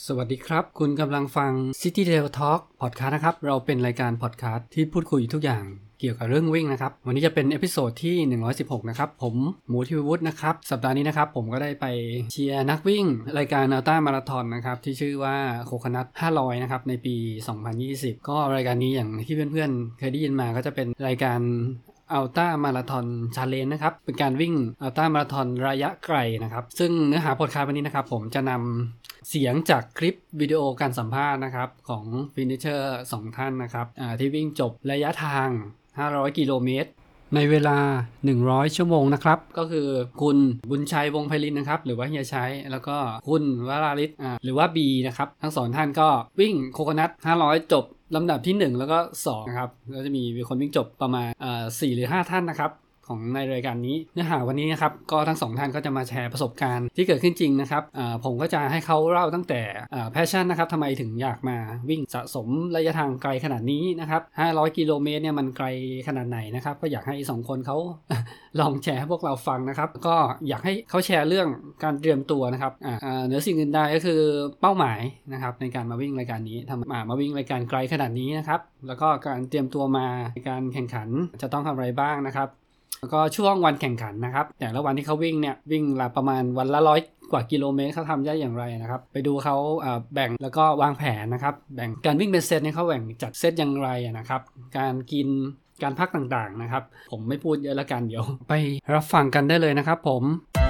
สวัสดีครับคุณกำลังฟัง City Tail Talk Podcast นะครับเราเป็นรายการพอดคาสต์ที่พูดคุยทุกอย่างเกี่ยวกับเรื่องวิ่งนะครับวันนี้จะเป็นเอพิโซดที่116นะครับผมหมูทิววุฒินะครับสัปดาห์นี้นะครับผมก็ได้ไปเชียร์นักวิ่งรายการอัลต้ามาราธอนนะครับที่ชื่อว่าโคโคนัท500นะครับในปี 2020 ก็รายการนี้อย่างที่เพื่อนๆเคยได้ยินมาก็จะเป็นรายการอัลต้ามาราธอนชาเลนจ์นะครับเป็นการวิ่งอัลต้ามาราธอนระยะไกลนะครับซึ่งเนื้อหาพอดคาสต์วันนี้นะครับผมจะนำเสียงจากคลิปวิดีโอการสัมภาษณ์นะครับของฟินิชเชอร์2ท่านนะครับที่วิ่งจบระยะทาง500กิโลเมตรในเวลา100ชั่วโมงนะครับก็คือคุณบุญชัยวงศ์ไพลินนะครับหรือว่าเฮียชัยแล้วก็คุณวราลิศหรือว่าบีนะครับทั้งสองท่านก็วิ่งโคโคนัท500จบลำดับที่1แล้วก็2นะครับแล้วจะมีคนวิ่งจบประมาณ4หรือ5ท่านนะครับของในรายการนี้เนื้อหาวันนี้นะครับก็ทั้งสองท่านก็จะมาแชร์ประสบการณ์ที่เกิดขึ้นจริงนะครับผมก็จะให้เขาเล่าตั้งแต่แพชชั่นนะครับทำไมถึงอยากมาวิ่งสะสมระยะทางไกลขนาดนี้นะครับ500กิโลเมตรเนี่ยมันไกลขนาดไหนนะครับก็อยากให้2คนเขา ลองแชร์ให้พวกเราฟังนะครับก็อยากให้เขาแชร์เรื่องการเตรียมตัวนะครับเหนือสิ่งอื่นใดก็คือเป้าหมายนะครับในการมาวิ่งรายการนี้มาวิ่งรายการไกลขนาดนี้นะครับแล้วก็การเตรียมตัวมาในการแข่งขันจะต้องทำอะไรบ้างนะครับแล้วก็ช่วงวันแข่งขันนะครับแต่ละวันที่เขาวิ่งเนี่ยวิ่งละประมาณวันละ100 กว่ากิโลเมตรเขาทำได้อย่างไรนะครับไปดูเขาแบ่งแล้วก็วางแผนนะครับแบ่งการวิ่งเป็นเซตเนี่ยเขาแบ่งจัดเซตอย่างไรนะครับการกินการพักต่างๆนะครับผมไม่พูดเยอะละกันเดี๋ยวไปรับฟังกันได้เลยนะครับผม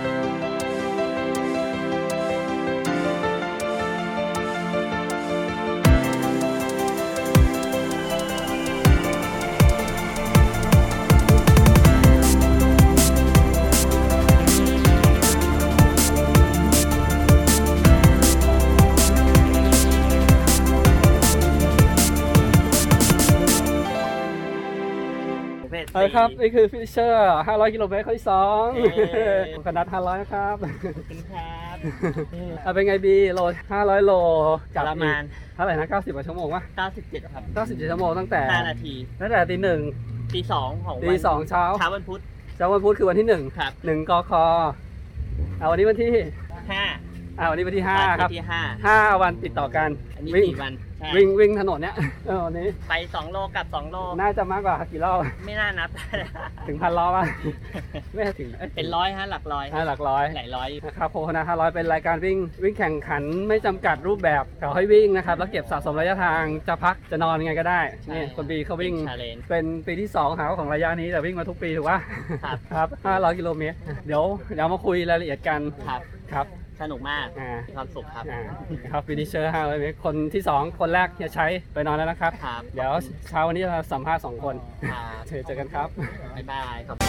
ครับนี่คือฟินิชเชอร์500กิโลเมตรข้อที่2ขนาด500นะครับขอบคุณครับเป็นไงบีโล500โลจากประมาณเท่าไหร่นะ90กว่าชั่วโมงวะ 97ครับ 97ชั่วโมงตั้งแต่ 5นาทีตั้งแต่ตี 1 ตี 2ของตี 2เช้าวันพุธคือวันที่1 ครับ 1กควันนี้วันที่ 5 วันนี้วันที่5ครับที่ 5วันติดต่อกันอันนี้4วันวิ่งถนนเนี้ยวันนี้ไป2โลกับ2โลน่าจะมากกว่ากี่รอบไม่น่านับถึง1,000 รอบป่ะไม่ถึงเป็นร้อยฮะหลักร้อยหลักร้อยหลายร้อยนะครับโคโคนัท500เป็นรายการวิ่งแข่งขันไม่จำกัดรูปแบบเขาให้วิ่งนะครับแล้วเก็บสะสมระยะทางจะพักจะนอนยังไงก็ได้นี่คนบีเขาวิ่งเป็นปีที่2ของระยะนี้แต่วิ่งมาทุกปีถูกป่ะครับ500กิโลเมตรเดี๋ยวมาคุยรายละเอียดกันครับสนุกมากมีความสุขครับครับฟินิชเชอร์500เมตรคนที่2คนแรกจะใช้ไปนอนแล้วนะครับเดี๋ยวเช้าวันนี้เราสัมภาษณ์2คนเจอกันครับบ๊ายบายครับ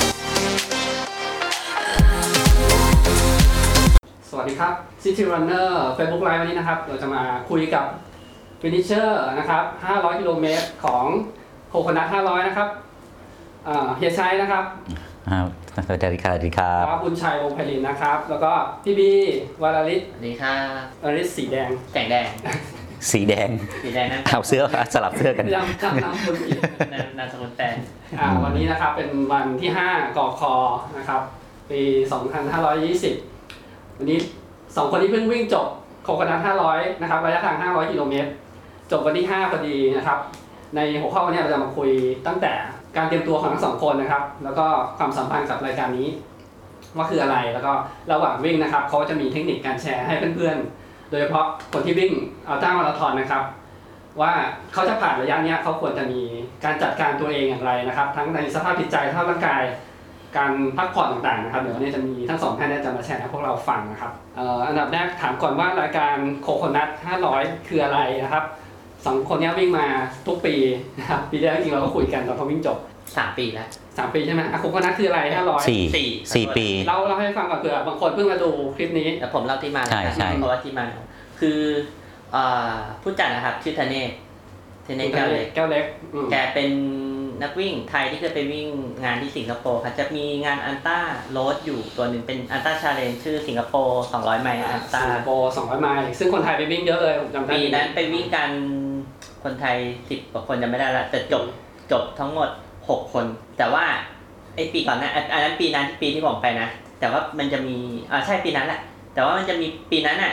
สวัสดีครับ City Runner Facebook Live วันนี้นะครับเราจะมาคุยกับฟินิชเชอร์นะครับ500กิโลเมตรของโคโคนัท500นะครับเฮียชัยนะครับสวัสดีครับแล้วคุณชัยวงศ์ไพลินนะครับแล้วก็พี่บีวราลิศสวัสดีครับวราลิศสีแดงสีแดงนะเอาเสื้อสลับเสื้อกันจำนามคนผิดนามสกุลแตงวันนี้นะครับเป็นวันที่5กคนะครับปี2520วันนี้2คนที่เพิ่งวิ่งจบโคโคนัท500นะครับระยะทาง500กิโลเมตรจบวันที่5พอดีนะครับในหัวข้อวันนี้เราจะมาคุยตั้งแต่การเตรียมตัวของทั้ง2คนนะครับแล้วก็ความสัมพันธ์กับรายการนี้ว่าคืออะไรแล้วก็ระหว่างวิ่งนะครับเขาจะมีเทคนิคการแชร์ให้เพื่อนๆโดยเฉพาะคนที่วิ่งอัลต้ามาราธอนนะครับว่าเขาจะผ่านระยะนี้เขาควรจะมีการจัดการตัวเองอย่างไรนะครับทั้งในสภาพจิตใจสภาพร่างกายการพักผ่อนต่างๆนะครับเดี๋ยววันนี้จะมีทั้ง2ท่านจะมาแชร์ให้พวกเราฟังนะครับอันดับแรกถามก่อนว่ารายการโคโคนัท500คืออะไรนะครับ2คนนี้วิ่งมาทุกปีนะครับปีแรกจริงเราก็คุยกันตอนเขาวิ่งจบ 3 ปีแล้ว 3 ปีใช่ไหมโคโคนัทคืออะไร500 4 ปีเราให้ฟังก่อนเผื่อบางคนเพิ่งมาดูคลิปนี้แต่ผมเล่าที่มาใช่เพราะว่าที่มาคือผู้จัดนะครับชื่อธเนศแก้วเล็กแกเป็นนักวิ่งไทยที่เคยไปวิ่งงานที่สิงคโปร์ครับจะมีงานอัลต้าโรดอยู่ตัวหนึ่งเป็นอัลต้าชาเลนจ์ชื่อสิงคโปร์200ไมล์อัลต้าสิงคโปร์200ไมล์ซึ่งคนไทยไปวิ่งเยอะเลยผมจำได้ปีนั้นไปวิ่งกันคนไทย10 กว่าคนจำไม่ได้ละแต่จบทั้งหมด6 คนแต่ว่าไอปีก่อนนะอันนั้นปีที่ผมไปนะแต่ว่ามันจะมีใช่ปีนั้นแหละแต่ว่ามันจะมีปีนั้นน่ะ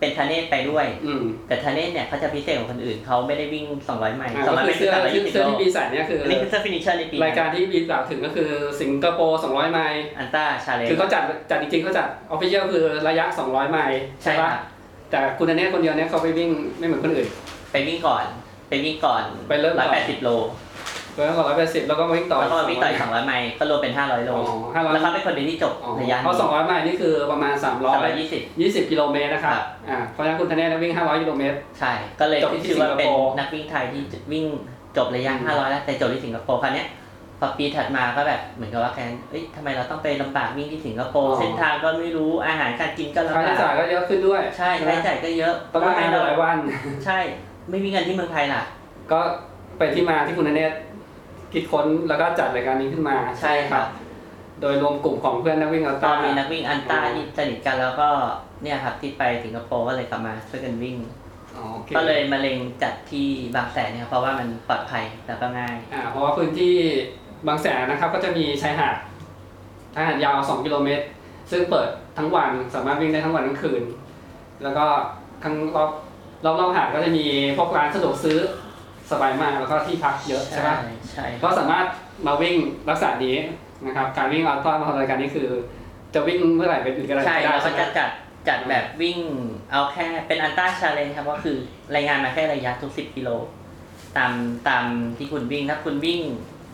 เป็นทาเนศไปด้วยแต่ทาเนศเนี่ยเขาจะพิเศษกว่าคนอื่นเขาไม่ได้วิ่ง200ไมล์200ไมล์คือ320 เสื้โลอที่ปีใส่เนี่ยคืออันนี้คือเสื้อฟินิชเชอร์ในปีรายการที่ปีกล่าวถึงก็คือสิงคโปร์200ไมล์อันต้าชาเลนจ์คือเขาจัดจริงๆเขาจัดออฟฟิเชียลคือระยะ200ไมล์ใช่ป่ะแต่คุณอันนี้คนเดียวเนี่ยเขาไปวิ่งไม่เหมือนคนอื่นไปวิ่งก่อนไปเริ่ม 180 โลแล้วก็180แล้วก็วิ่งต่อ 200ไมล์ก็รวมเป็น500 โลแล้วเขาเป็นคนเดียวที่จบระยะเพราะ200ไมล์นี่คือประมาณ320กิโลเมตรนะครับเพราะฉะนั้นคุณธเนศวิ่ง500กิโลเมตรใช่ก็เลยชื่อว่าเป็นนักวิ่งไทยที่วิ่งจบระยะ500แล้วแต่จบที่สิงคโปร์คราวนี้พอปีถัดมาก็แบบเหมือนกับว่าแคนทำไมเราต้องไปลำบากวิ่งที่สิงคโปร์เส้นทางก็ไม่รู้อาหารการกินก็ลำบากค่าใช้จ่ายก็เยอะขึ้นด้วยใช่ค่าใช้จ่ายก็เยอะต้องมาหลายวันใช่ไม่มีเงินที่เมืองไทยล่ะก็ไปที่มาที่คุณธเนศคิดค้นแล้วก็จัดรายการนี้ขึ้นมาใช่ครับโดยรวมกลุ่มของเพื่อนนักวิ่งอัลต้ามีนักวิ่งอัลต้าที่สนิทกันแล้วก็เนี่ยครับที่ไปสิงคโปร์ก็เลยกลับมาช่วยกันวิ่งก็เลยมาเล็งจัดที่บางแสนเนี่ยเพราะว่ามันปลอดภัยแล้วก็ง่ายเพราะว่าพื้นที่บางแสนนะครับก็จะมีชายหาดยาว2 กิโลเมตรซึ่งเปิดทั้งวันสามารถวิ่งได้ทั้งวันทั้งคืนแล้วก็ข้างรอบหาดก็จะมีพวกร้านสะดวกซื้อสบายมากแล้วก็ที่พักเยอะใช่ไหมใช่ก็สามารถมาวิ่งลักษณะนี้นะครับการวิ่งอัลต้ามาทำรายการนี้คือจะวิ่งเมื่อไหร่เป็นอื่นก็ได้ใช่เราก็จะจัดแบบวิ่งเอาแค่เป็นอัลต้าชาเลนจ์ครับก็คือรายงานมาแค่ระยะทุก10 กิโลตามที่คุณวิ่งถ้าคุณวิ่ง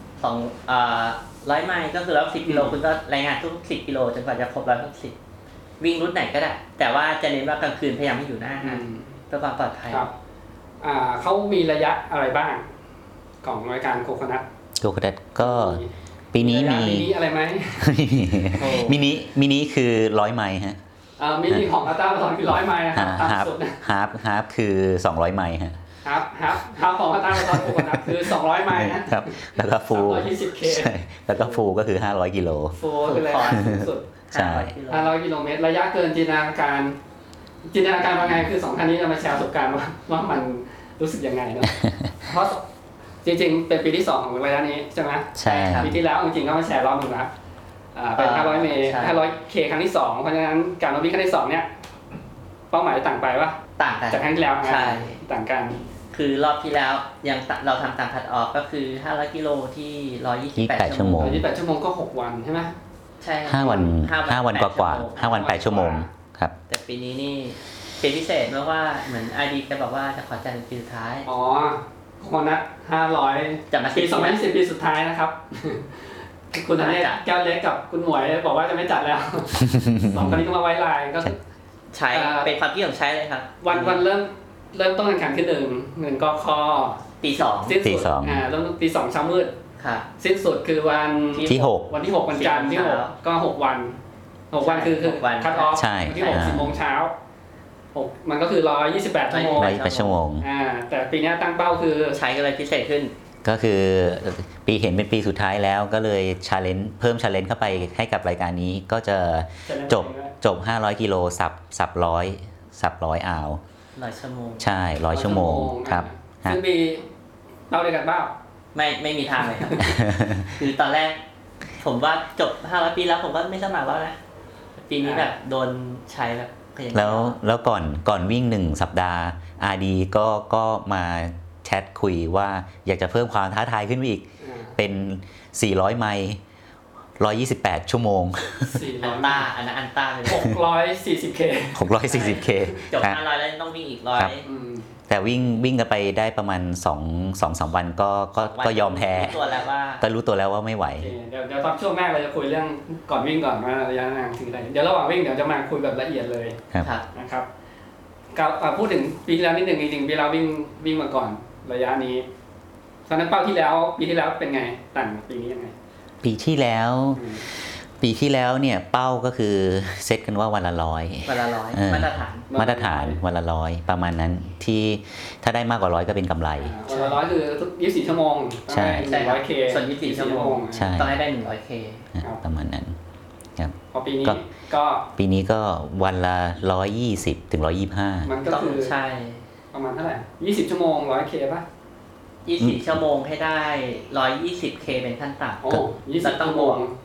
100 ไมล์ก็คือ110 กิโลคุณก็รายงานทุก10 กิโลจนกว่าจะครบ160วิ่งรุ่นไหนก็ได้แต่ว่าจะเน้นว่ากลางคืนพยายามให้อยู่หน้าเพื่อความปลอดภัยเขามีระยะอะไรบ้างของรายการโคโคนัทก็ปีนี้มีอะไรไหมมินิคือ100ไมล์ฮะมินิของอัลต้ามาราธอนคือ100ไมล์นะครับฮาล์ฟคือ200ไมล์ฮะฮาล์ฟของอัลต้ามาราธอนโคโคนัทคือ200ไมล์นะครับแล้วก็ฟูลใช่แล้วก็ฟูลก็คือ500กิโลฟูลคือระยะสุดใช่ 500กิโลเมตรระยะเกินจินตนาการว่าไงคือ2ท่านนี้จะมาแชร์ประสบการณ์ว่ามันรู้สึกยังไงเนาะเพราะจริงๆเป็นปีที่2ของระยะนี้ใช่ไหมใช่ครับปีที่แล้วจริงๆก็มาแชร์รอบนึงแล้วเป็น500 เมตร 500K ครั้งที่2เพราะฉะนั้นการวิ่งครั้งที่2เนี่ยเป้าหมายต่างไปป่ะต่างกันจากครั้งที่แล้วใช่ต่างกันคือรอบที่แล้วยังเราทำตามคัทออฟก็คือ500 กิโลที่128 ชั่วโมง 128 ชั่วโมงก็6 วันใช่ไหมใช่ 5 วันกว่า5 วัน 8 ชั่วโมงครับแต่ปีนี้นี่เป็นพิเศษเพราะว่าเหมือนไอดีจะบอกว่าจะขอจัดเป็นปีสุดท้ายโคนัท500 จะมาปี2020ปีสุดท้ายนะครับคุณธเนศแก้วเล็กกับคุณหมวยบอกว่าจะไม่จัดแล้ว2 คนนี้ก็มาไว้ลายก็ใช้เป็นความคิดของใช้เลยครับวันเริ่มต้นการแข่งขันที่1ก็ข้อตี 2 ตี 2 เริ่มตี 2เช้ามืดสิ้นสุดคือวันที่6 วันที่6วันจันทร์ที่6ก็6 วันคือคัทออฟที่6 10 โมงเช้ามันก็คือ128 ชั่วโมงแต่ปีนี้ตั้งเป้าคือใช้ก็เลยพิเศษขึ้นก็คือปีเห็นเป็นปีสุดท้ายแล้วก็เลยเพิ่ม challenge เข้าไปให้กับรายการนี้ก็จะจบ500 กิโลสับ100อ่าว 100 ชั่วโมงใช่100 ชั่วโมงครับซึ่งมีเราเดียวกันเปล่าไม่มีทางเลยครับคือตอนแรกผมว่าจบ500 ปีแล้วผมก็ไม่สมัครแล้วนะปีนี้แบบโดนใช้แบบแล้วก่อนวิ่ง1 สัปดาห์ RD ก็มาแชทคุยว่าอยากจะเพิ่มความท้าทายขึ้นไปอีกเป็น400 ไมล์128 ชั่วโมงอันต้าเลย 640K จบ500แล้วต้องวิ่งอีก100 แต่วิ่งกันไปได้ประมาณ2-3 วันก็ยอมแพ้ก็รู้ตัวแล้วว่าไม่ไหวเดี๋ยวตอนช่วงแรกเราจะคุยเรื่องก่อนวิ่งก่อนว่าระยะทางถึงไหนเดี๋ยวระหว่างวิ่งเดี๋ยวจะมาคุยแบบละเอียดเลยนะครับพูดถึงปีที่แล้วนิดนึงจริงๆปีเราวิ่งมาก่อนระยะนี้ตอนนั้นเป้าที่แล้วปีที่แล้วเป็นไงต่างปีนี้ยังไงปีที่แล้วเนี่ยเป้าก็คือเซตกันว่าวันละ100 มาตรฐานวันละ100ประมาณนั้นที่ถ้าได้มากกว่า100ก็เป็นกำไรวันละ100คือ24 ชั่วโมงใช่ 100K ส่วน24 ชั่วโมงต้องให้ได้ 100K ประมาณนั้นครับพอปีนี้ก็วันละ120 ถึง 125 มันก็คือใช่ประมาณเท่าไหร่20 ชั่วโมง 100K ป่ะ 24 ชั่วโมงให้ได้120K เป็นขั้นต่ำ 20 ชั่วโมง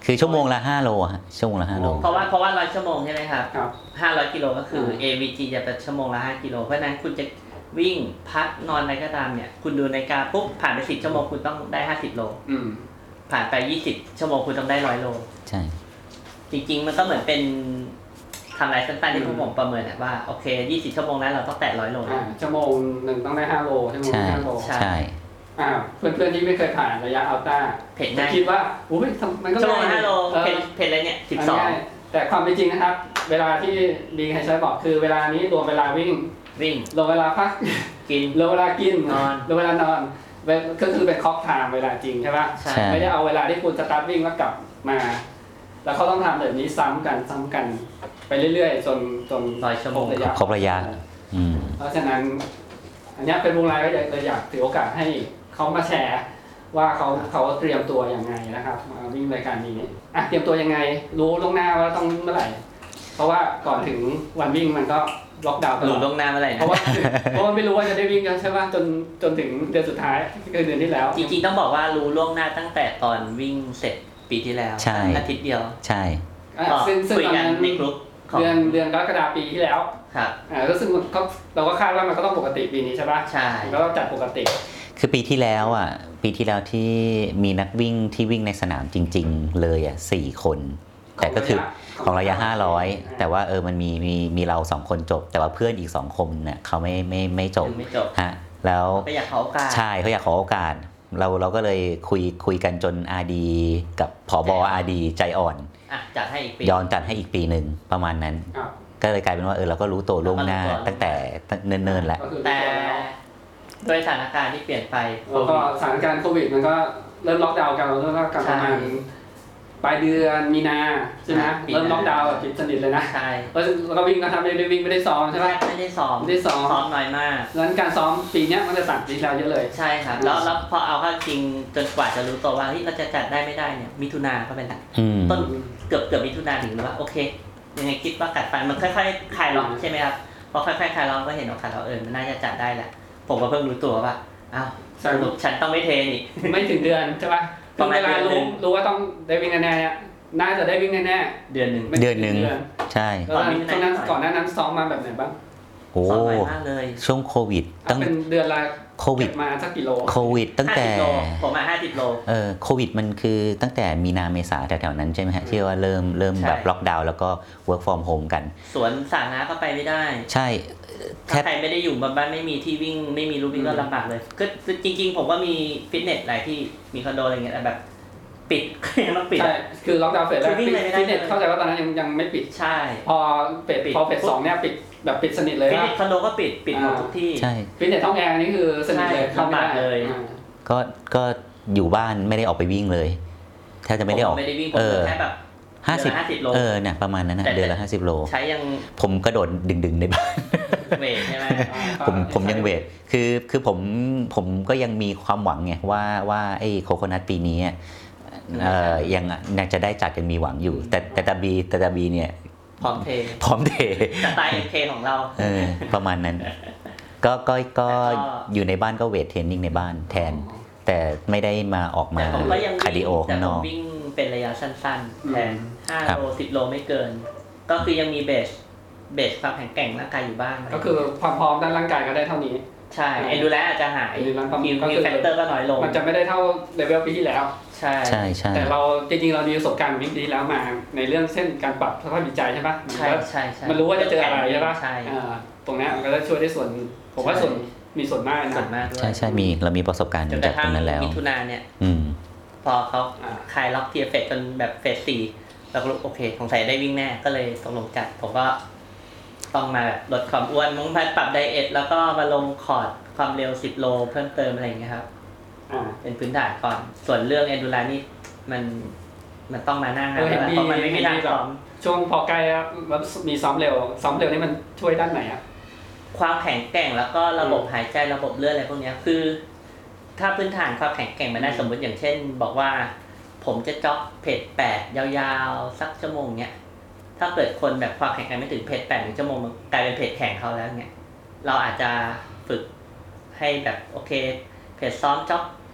คือชั่วโมงละ5 โลฮะชั่วโมงละ5 โลเพราะว่า100 ชั่วโมงใช่ไหมครับครับ 500 กิโลก็คือ AVG จะเป็นชั่วโมงละ5 กิโลเพราะฉะนั้นคุณจะวิ่งพักนอนอะไรก็ตามเนี่ยคุณดูนาฬิกาปุ๊บผ่านไป10 ชั่วโมงคุณต้องได้50 โลผ่านไป20 ชั่วโมงคุณต้องได้100 โลใช่จริงๆมันก็เหมือนเป็นทำลายสั้นๆที่ผมประเมินว่าโอเค20 ชั่วโมงนั้นเราต้องแตะ100 โลชั่วโมงนึงต้องได้5 โลชั่วโมง5 โลใช่เพื่อนๆที่ไม่เคยผ่านระยะอัลต้าจะคิดว่าอุ้ยมันก็ชั่วโมง5 โลเพจอะไรเนี่ย12 แต่ความเป็นจริงนะครับเวลาที่ดีไฮไซด์บอกคือเวลานี้รวมเวลาวิ่งรวมเวลาพักกินรวมเวลากินนอนรวมเวลานอนก็คือเป็นคล็อกไทม์เวลาจริงใช่ปะไม่ได้เอาเวลาที่คุณสตาร์ทวิ่งแล้วกลับมาแล้วเขาต้องทำแบบนี้ซ้ำกันไปเรื่อยๆจน 100 ชั่วโมงครบระยะเพราะฉะนั้นอันนี้เป็นวงไลน์ก็เลยอยากถือโอกาสให้เขามาแชร์ว่าเขาเตรียมตัวยังไงนะครับมาวิ่งรายการนี้เตรียมตัวยังไงรู้ล่วงหน้าว่าต้องเมื่อไหร่เพราะว่าก่อนถึงวันวิ่งมันก็ล็อกดาวน์ตลอดล่วงหน้าเมื่อไหร่เพราะว่าไม่รู้ว่าจะได้วิ่งกันใช่ป่ะจนถึงเดือนสุดท้ายคือเดือนที่แล้วจริงๆต้องบอกว่ารู้ล่วงหน้าตั้งแต่ตอนวิ่งเสร็จปีที่แล้วอาทิตย์เดียวใช่ซึ่งคุยกันในกลุ่มเดือนกรกฎาคมปีที่แล้วครับก็ซึ่งเราก็คาดว่ามันก็ต้องปกติปีนี้ใช่ป่ะใช่ก็ต้องจัดปกติคือปีที่แล้วที่มีนักวิ่งที่วิ่งในสนามจริงๆเลย4 คนแต่ก็คือของระยะ500แต่ว่ามันมีเรา2 คนจบแต่ว่าเพื่อนอีก2 คนเนี่ยเขาไม่จบฮะแล้วเขาอยากขอโอกาสใช่เขาอยากขอโอกาสเราก็เลยคุยกันจน RD กับผบ RD ใจอ่อนจัดให้อีกปีย้อนจัดให้อีกปีนึงประมาณนั้นก็เลยกลายเป็นว่าเราก็รู้ตัวล่วงหน้าตั้งแต่เนิ่นๆแล้วแต่โดยสถานการณ์ที่เปลี่ยนไปแล้วก็สถานการณ์โควิดมันก็เริ่มล็อกดาวน์กันแล้วก็กลับประมาณปลายเดือนมีนาใช่ไหมเริ่มล็อกดาวน์ปิดสนิทเลยนะใช่แล้วก็วิ่งก็ทำไม่ได้วิ่งไม่ได้ซ้อมใช่ไหมไม่ได้ซ้อมน้อยมากดังนั้นการซ้อมปีนี้มันจะต่างปีแล้วเยอะเลยใช่ครับแล้วพอเอาเข้าจริงจนกว่าจะรู้ตัวว่าเราจะจัดได้ไม่ได้เนี่ยมิถุนาก็เป็นต้นเกือบมิถุนาถึงรู้ว่าโอเคยังไงคิดว่ากัดฟันมันค่อยๆคลายล็อกใช่ไหมครับพอค่อยๆคลายล็อกก็เห็นโอกาสมันน่าจะจัดได้แหละผมก็เพิ่งรู้ตัวว่าอ้าวสรุปฉันต้องไม่เทนี่ไม่ถึงเดือนใช่ป่ะตอนเวลารู้ว่าต้องได้วิ่งแน่ๆน่าจะได้วิ่งแน่ๆเดือนหนึ่งใช่ตอนนั้นก่อนหน้านั้นซ้อมมาแบบไหนบ้างโอ้ช่วงโควิดตั้งเป็นเดือนละโควิดมาสักกิโลโควิดตั้งแต่ผมมา50 โลโควิดมันคือตั้งแต่มีนาเมษาแถวๆนั้นใช่ไหมฮะที่ว่าเริ่มแบบล็อกดาวน์แล้วก็ work from home กันสวนสาธารณะก็ไปไม่ได้ใช่ถ้าใครไม่ได้อยู่บ้านไม่มีที่วิ่งไม่มีลู่วิ่งก็ลำบากเลยก็จริงๆผมก็มีฟิตเนสหลายที่มีคอนโดอะไรเงี้ยแบบปิดยังต้องปิดใช่คือล็อกดาวน์เฟสแรกฟิตเนสเข้าใจว่าตอนนั้นยังไม่ปิดใช่พอเฟส 2เนี่ยปิดแบบปิดสนิทเลยฟิตเนสคอนโดก็ปิดหมดทุกที่ใช่ฟิตเนสห้องแอร์นี่คือสนิทเลยเข้าไม่ได้เลยก็อยู่บ้านไม่ได้ออกไปวิ่งเลยแทบจะไม่ได้ออกแค่แบบ50 โลเนี่ยประมาณนั้นนะเดือนละ50 โลใช้ยังผมกระโดดดึงในบ้านเวทใช่ไหมผมยังเวทคือผมก็ยังมีความหวังไงว่าไอ้โคโคนัทปีนี้ยังจะได้จัดยังมีหวังอยู่แต่ตาบีเนี่ยพร้อมเทสไตล์เทของเราประมาณนั้นก็อยู่ในบ้านก็เวทเทรนนิ่งในบ้านแทนแต่ไม่ได้มาออกมาคาร์ดิโอข้างนอกวิ่งเป็นระยะสั้นๆแทน5 โล 10 โลไม่เกินก็คือยังมีเบสความแข็งแกร่งร่างกายอยู่บ้างก็คือความพร้อมด้านร่างกายก็ได้เท่านี้ใช่เอนดูแลอาจจะหายคิวแฟกเตอร์ก็น้อยลงมันจะไม่ได้เท่าเลเวลปีที่แล้วใช่แต่เราจริงๆเรามีประสบการณ์วิ่งปีแล้วมาในเรื่องเช่นการปรับสภาพจิตใจใช่ปะใช่มันรู้ว่าจะเจออะไรใช่ปะตรงนี้มันก็จะช่วยได้ส่วนผมว่ามีส่วนมากนะใช่มีเรามีประสบการณ์จากตรงนั้นแล้วมิถุนาเนี่ยพอเขาคลายล็อกเทียเฟสจนแบบเฟส 4เราก็โอเคสงสัยได้วิ่งแน่ก็เลยตกลงจัดผมก็ต้องมาแบบลดความอ้วนมุ่งพัดปรับไดเอทแล้วก็มาลงคอร์ดความเร็ว10 โลเพิ่มเติมอะไรอย่างเงี้ยครับเป็นพื้นฐานก่อนส่วนเรื่อง endurance นี่มันต้องมานั่งนะเพราะมันไม่มีทางซ้อมช่วงพอใกล้แล้วมีซ้อมเร็วนี่มันช่วยด้านไหนอ่ะความแข็งแกร่งแล้วก็ระบบหายใจระบบเลือดอะไรพวกนี้คือถ้าพื้นฐานความแข็งแกร่งมันได้สมมติอย่างเช่นบอกว่าผมจะจ็อกเพจ8ยาวๆสักชั่วโมงเนี้ยถ้าเกิดคนแบบความแข็งแกร่งไม่ถึงเพจ8 ชั่วโมงมันกลายเป็นเพจแข็งเขาแล้วเนี่ยเราอาจจะฝึกให้แบบโอเคเพจซ้อมจ็อก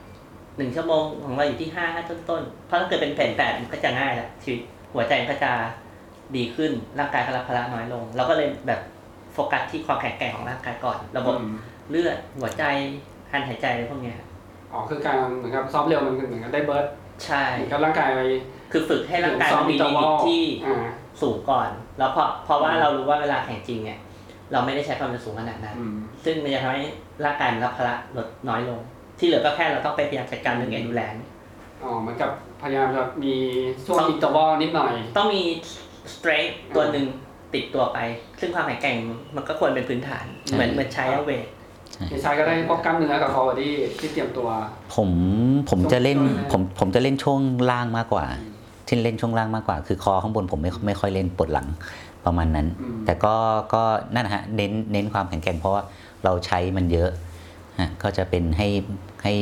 1 ชั่วโมงของเราอยู่ที่5ต้นๆเพราะถ้าเกิดเป็นแผ่น8มันก็จะง่ายละชีวิตหัวใจมันก็จะดีขึ้นร่างกายก็รับภาระน้อยลงเราก็เลยแบบโฟกัสที่ความแข็งแกร่งของร่างกายก่อนระบบเลือดหัวใจการหายใจอะไรพวกนี้อ๋อคือการเหมือนกับซ้อมเร็วมันเหมือนกับได้เบิร์ดใช่กับร่างกายคือฝึกให้ร่างกายมันมีลิมิตที่สูงก่อนแล้วเพราะว่าเรารู้ว่าเวลาแข่งจริงเนี่ยเราไม่ได้ใช้ความเร็วสูงขนาดนั้นซึ่งมันจะทำให้ร่างกายมันรับภาระลดน้อยลงที่เหลือก็แค่เราต้องไปพยายามจัดการเรื่องดูแลอ๋อเหมือนกับพยายามจะมีช่วงอินเตอร์วอลนิดหน่อยต้องมีสเตรทตัวหนึ่งติดตัวไปซึ่งความแข็งแกร่งมันก็ควรเป็นพื้นฐานเหมือนใช้เวทใช้ก็ได้พวกกล้ามเนื้อกับคอร์ดี้ที่เตรียมตัวผมจะเล่นผมจะเล่นช่วงล่างมากกว่าที่เล่นช่วงล่างมากกว่าคือคอข้างบนผมไม่ค่อยเล่นปวดหลังประมาณนั้นแต่ก็นั่นนะฮะเน้นความแข็งแกร่งเพราะว่าเราใช้มันเยอะฮะก็จะเป็นให้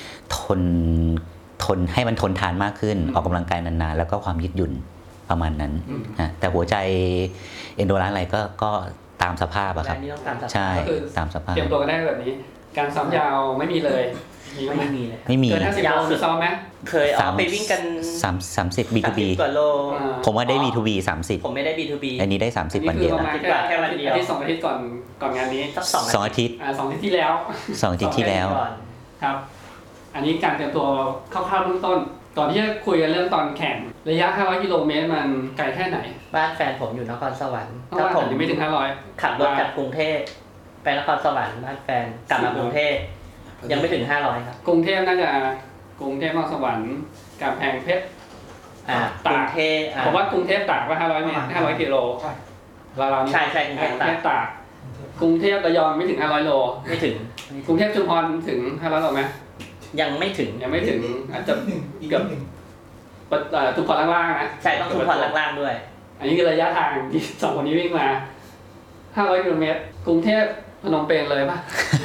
ทนให้มันทนทานมากขึ้นออกกำลังกายนานๆแล้วก็ความยืดหยุ่นประมาณนั้นฮะแต่หัวใจเอนโดรานซ์อะไรก็ตามสภาพอะครับใช่ตามสภาพเตรียมตัวกันได้แบบนี้การซ้อมยาวไม่มีเลยไม่มีเลยไม่มีเกิน50 โลซ้อมไหมเคยเอาไปวิ่งกัน 30 B2B กว่าโลผมว่าได้ B2B 30 ผมไม่ได้ B2B อันนี้ได้30วันเดียวแค่วันเดียวที่2 อาทิตย์ก่อนงานนี้สัก2 อาทิตย์ 2 อาทิตย์ที่แล้ว 2 อาทิตย์ที่แล้วครับอันนี้การเตรียมตัวคร่าวๆเบื้องต้นก่อนที่จะคุยกันเรื่องตอนแข่งระยะ500 กิโลเมตรมันไกลแค่ไหนบ้านแฟนผมอยู่นครสวรรค์ถ้าผมไม่ถึง500 ขับรถจากกรุงเทพไปนครสวรรค์บ้านแฟนกลับมากรุงเทพยังไม่ถึง500ครับกรุงเทพน่าจะกรุงเทพนครสวรรค์กำแพงเพชรกรุงเทพผมว่ากรุงเทพตากว่า500 เมตร500 กิโลเราใช่กรุงเทพตากกรุงเทพระยองไม่ถึง500 โลไม่ถึงกรุงเทพชุมพรถึง500 โลไหมยังไม่ถึงอาจจะเกือบชุมพรล่างๆนะใช่ต้องชุมพรล่างๆด้วยอันนี้คือระยะทางที่2คนนี้วิ่งมา500 กิโลเมตรกรุงเทพพนมเปญเลยป่ะ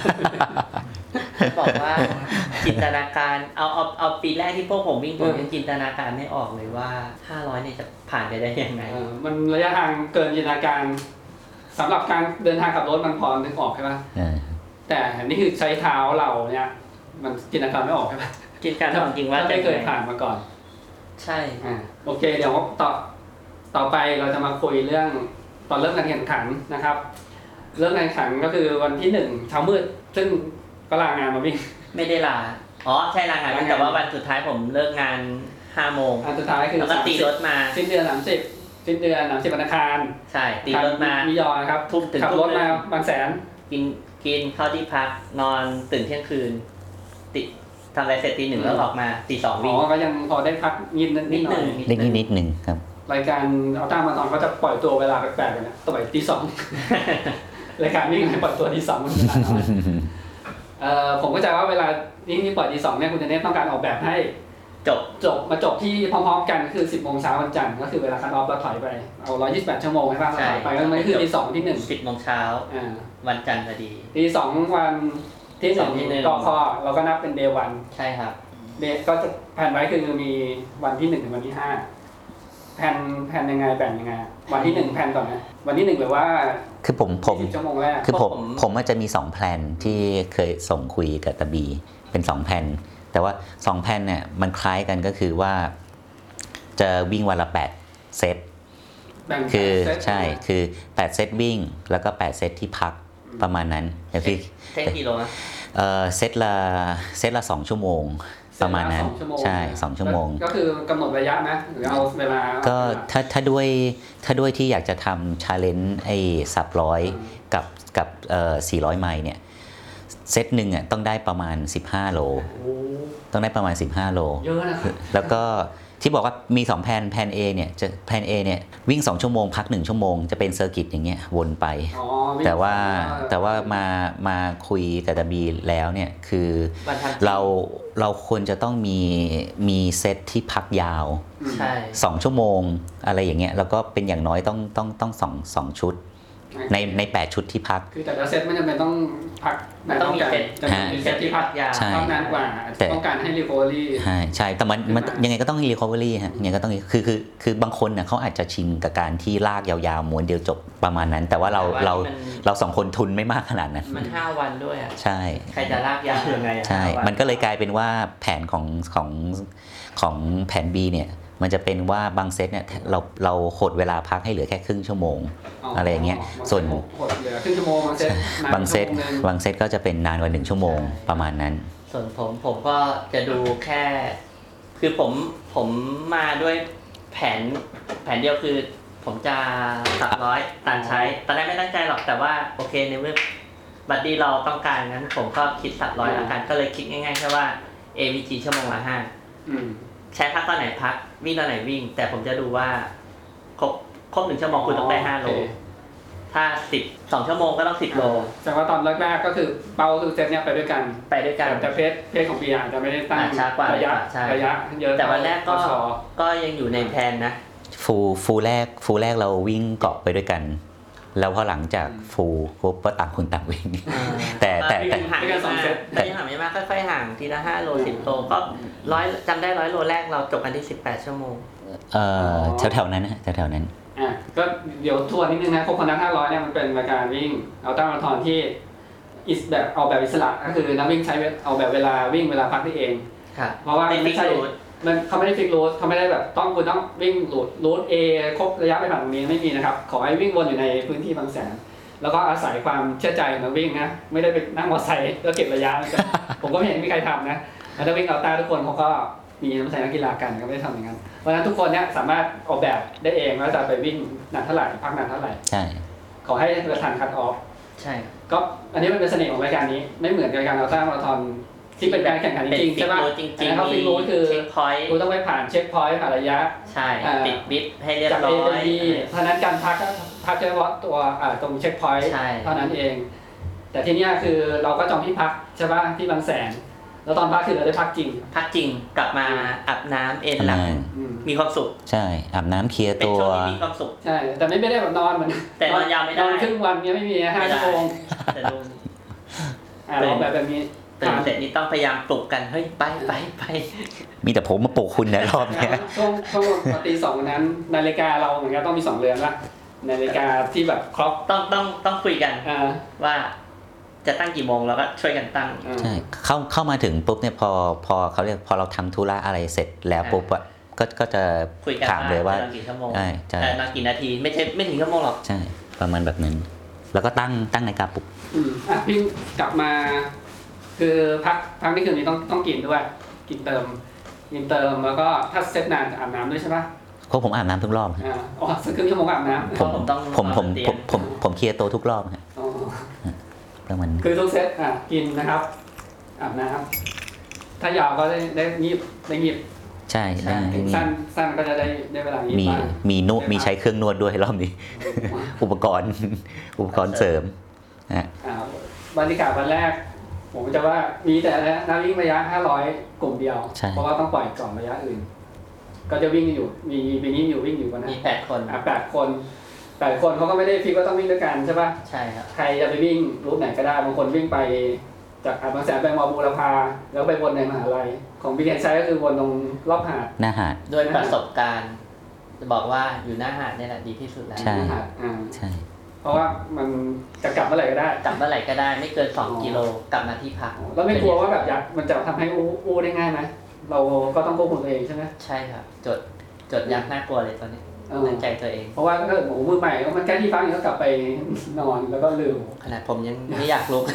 บอกว่าจินตนาการเอาปีแรกที่พวกผมวิ่งผมยังจินตนาการไม่ออกเลยว่า500เนี่ยจะผ่านไปได้ยังไงมันระยะทางเกินจินตนาการสำหรับการเดินทางขับรถมันพอนึกออกใช่ป่ะแต่นี่คือใช้เท้าเราเนี่ยมันจินตนาการไม่ออกใช่ป่ะจินตนาการจริงว่าไม่เคยผ่านมาก่อนใช่โอเคเดี๋ยวต่อไปเราจะมาคุยเรื่องตอนเริ่มการแข่งขันนะครับเริ่มการแข่งขันก็คือวันที่1เช้ามืดซึ่งก็ลางานมาวิ่งไม่ได้ลาใช่ลางานแต่ว่าวันสุดท้ายผมเลิกงาน5 โมงสุดท้ายคือแล้วก็ตีรถมาสิ้นเดือน30วันอังคารใช่ตีรถมามียอครับขับรถมาบางแสนกินเข้าที่พักนอนตื่นเที่ยงคืนทำอะไรเสร็จตี 1แล้วออกมาตี 2วิ่งก็ยังพอได้พักนิดนึงครับรายการอัลต้ามาราธอนเขาจะปล่อยตัวเวลาแปลกๆกันนะต่อไปตี 2รายการวิ่งให้ปล่อยตัวตี 2ผมเข้าใจว่าเวลาวิ่งที่ปล่อยตี 2เนี่ยคุณจะเน้นต้องการออกแบบให้จบที่พร้อมๆกันคือ 10 โมงเช้าวันจันทร์ก็คือเวลาคัทออฟเราถอยไปเอา128 ชั่วโมงให้บ้างเราถอยไปก็ไม่คือตี 2ที่1 10 โมงเช้าวันจันทร์พอดีตี 2วันที่1กคเราก็นับเป็นเดย์วันใช่ครับเดย์ก็จะแผนไว้คือมีวันที่1ถึงวันที่5แผนยังไงแบ่งยังไงวันที่1แผนก่อนนะวันที่1หรือว่าคือผมชั่วโมงแรกคือผมจะมี2แผนที่เคยส่งคุยกับตะบีเป็น2แผนแต่ว่า2แผนเนี่ยมันคล้ายกันก็คือว่าจะวิ่งวันละ8 เซตคือใช่คือ8 เซตวิ่งแล้วก็8 เซตที่พักประมาณนั้นแต่พี่เซตกี่โลนะเซตละ2 ชั่วโมงประมาณนั้นใช่2 ชั่วโมงก็คือกำหนดระยะนะหรือเอาเวลาก็ถ้าด้วยที่อยากจะทำ challenge ไอ้300กับ400 ไมล์เนี่ยเซตหนึ่งอ่ะต้องได้ประมาณ15 โลต้องได้ประมาณ15 โลเยอะนะแล้วก็ที่บอกว่ามี2แผน A เนี่ยแผน A เนี่ยวิ่ง2 ชั่วโมงพัก1 ชั่วโมงจะเป็นเซอร์กิตอย่างเงี้ยวนไปแต่ว่ามาคุยกับตะบีแล้วเนี่ยคือเราควรจะต้องมีเซตที่พักยาว2 ชั่วโมงอะไรอย่างเงี้ยแล้วก็เป็นอย่างน้อยต้อง2 ชุดใน8ชุดที่พักคือแต่ละเซตไม่จำเป็นต้องพักมันต้องมีเซตจะมีเซตที่พักยาวพักนานกว่าต้องการให้ recovery ใช่แต่มันยังไงก็ต้อง recovery ฮะยังไงก็ต้องคือบางคนน่ะเขาอาจจะชินกับการที่ลากยาวๆม้วนเดียวจบประมาณนั้นแต่ว่าเรา2คนทุนไม่มากขนาดนั้นมัน5วันด้วยอ่ะใช่ใครจะลากยาวยังไงใช่มันก็เลยกลายเป็นว่าแผนของแผน B เนี่ยมันจะเป็นว่าบางเซตเนี่ยเราหดเวลาพักให้เหลือแค่ครึ่งชั่วโมงอะไรอย่างเงี้ยส่วนเหลือครึ่งชั่วโมงบางเซตก็จะเป็นนานกว่า1ชั่วโมงประมาณนั้นส่วนผมก็จะดูแค่คือผมมาด้วยแผนเดียวคือผมจะ300ตันใช้ตอนแรกไม่ตั้งใจหรอกแต่ว่าโอเคในเมื่อบัดดี้เราต้องการงั้นผมก็คิด300แล้วกันก็เลยคิดง่ายๆแค่ว่า AVG ชั่วโมงละ5ใช้พักตอนไหนพักวิ่งตอนไหนวิ่งแต่ผมจะดูว่าครบ1ชั่วโมงคุณต้องได้5โลถ้า2ชั่วโมงก็ต้อง10โลแสดงว่าตอนแรกๆก็คือเป้าคือเซตเนี้ยไปด้วยกันแต่เพจของปีอาจจะไม่ได้ตั้งระยะเยอะแต่วันแรกก็ยังอยู่ในแผนนะฟูแรกเราวิ่งเกาะไปด้วยกันแล้วพอหลังจากฟูก็ต่างคนต่างวิ่งแต่ห่างกัน2เซตไม่ห่างไม่มากค่อยๆห่างทีละ5โล10โลก็100จำได้100โลแรกเราจบกันที่18ชั่วโมงแถวๆนั้นนะแถวๆนั้นก็เดี๋ยวทวนนิดนึงนะโคนัท500เนี่ยมันเป็นรายการวิ่งอัลตร้ามาราธอนที่แบบเอาแบบอิสระก็คือนักวิ่งใช้เอาแบบเวลาวิ่งเวลาพักได้เองเพราะว่าไม่ใช่เขาไม่ได้ฟิกรูทเขาไม่ได้แบบคุณต้องวิ่งรูท A ครบระยะไปผ่านตรงนี้ไม่มีนะครับขอให้วิ่งวนอยู่ในพื้นที่บางแสนแล้วก็อาศัยความเชื่อใจของนักวิ่งนะไม่ได้ไปนั่งมอเตอร์ไซค์แล้วเก็บระยะผมก็ไม่เห็นมีใครทำนะนักวิ่งอัลตร้าทุกคนเขาก็มีน้ำใจนักกีฬากันก็ไม่ได้ทำอย่างนั้นเพราะฉะนั้นทุกคนเนี่ยสามารถออกแบบได้เองว่าจะไปวิ่งนานเท่าไหร่พักนานเท่าไหร่ใช่ขอให้ประธานคัทออฟใช่ก็อันนี้มันเป็นเสน่ห์ของรายการนี้ไม่เหมือนรายการอัลตร้ามาราธอนที่เป็นการแข่งขันจริงใช่ป่ะอันนั้นเขาฟิกรูทคือคุณต้องไปผ่านเช็คพอยต์ผ่านระยะใช่ติดบิดให้เรียบร้อยเพราะนั้นการพักเฉพาะตัวตรงเช็คพอยต์เท่านั้นเองแต่ที่นี่คือเราก็จองที่พักใช่ป่ะที่บางแสนแล้วตอนพักคือเราได้พักจริงกลับมาอาบน้ำเอนหลังมีความสุขใช่อาบน้ำเคลียร์ตัวเป็นช่วงที่มีความสุขใช่แต่ไม่ได้แบบนอนเหมือนแต่นอนยาวไม่ได้นอนครึ่งวันเนี้ยไม่มี5ชั่วโมงแต่ดูเราแบบนี้ตื่นเสร็จนี่ต้องพยายามปลุกกันเฮ้ยไปมีแต่ผมมาปลุกคุณในรอบนี้ช่วงตี 2นั้นนาฬิกาเราเหมือนกันต้องมี2เรือนละนาฬิกาที่แบบครบต้องคุยกันว่าจะตั้งกี่โมงแล้วก็ช่วยกันตั้งใช่เข้ามาถึงปุ๊บเนี่ยพอเขาเรียกพอเราทำธุระอะไรเสร็จแล้วปุ๊บอ่ะก็จะถามเลยว่าใช่แต่นานกี่นาทีไม่ถึงชั่วโมงหรอกใช่ประมาณแบบนั้นแล้วก็ตั้งนาฬิกาปลุกพี่กลับมาคือพักนี่คือนี้ต้องกินด้วยกินเติมแล้วก็ถ้าเซตนานจะอาบน้ำด้วยใช่ปะผมอาบน้ำทุกรอบสักครึ่งชั่วโมงอาบน้ำผมเคลียร์ตัวทุกรอบฮะคือทุกเซตกินนะครับอาบน้ำถ้ายาวก็ได้งีบใช่สั้นก็จะได้เวลางีบมีใช้เครื่องนวดด้วยรอบนี้อุปกรณ์เสริมบรรยากาศวันแรกผมจะว่ามีแต่นักวิ่งระยะ500กลุ่มเดียวเพราะว่าต้องปล่อยก่อนระยะอื่นก็จะวิ่งอยู่มีปีนี้วิ่งอยู่กันนะมี8คน 8คนเขาก็ไม่ได้ฟิกว่าต้องวิ่งด้วยกันใช่ป่ะใช่ครับใครจะไปวิ่งรูทไหนก็ได้บางคนวิ่งไปจากบางแสนไปมอบูรพาแล้วไปวนในมหาลัยของบิ๊กแอนด์ไซด์ก็คือวนตรงรอบหาดหน้าหาดด้วยประสบการณ์จะบอกว่าอยู่หน้าหาดนี่แหละดีที่สุดแล้วใช่เพราะว่ามันจะกลับเมื่อไหร่ก็ได้ไม่เกิน2กิโลกลับมาที่พักแล้วไม่กลัวว่าแบบมันจะทำให้อู้ได้ง่ายไหมเราก็ต้องควบคุมตัวเองใช่ไหมใช่ครับจดยักษ์น่ากลัวเลยตอนนี้ในใจตัวเองเพราะว่าถ้าเกิดมือใหม่มันแค่ที่พักก็กลับไปนอนแล้วก็ลืมขนาดผมยังไม่อยากลุก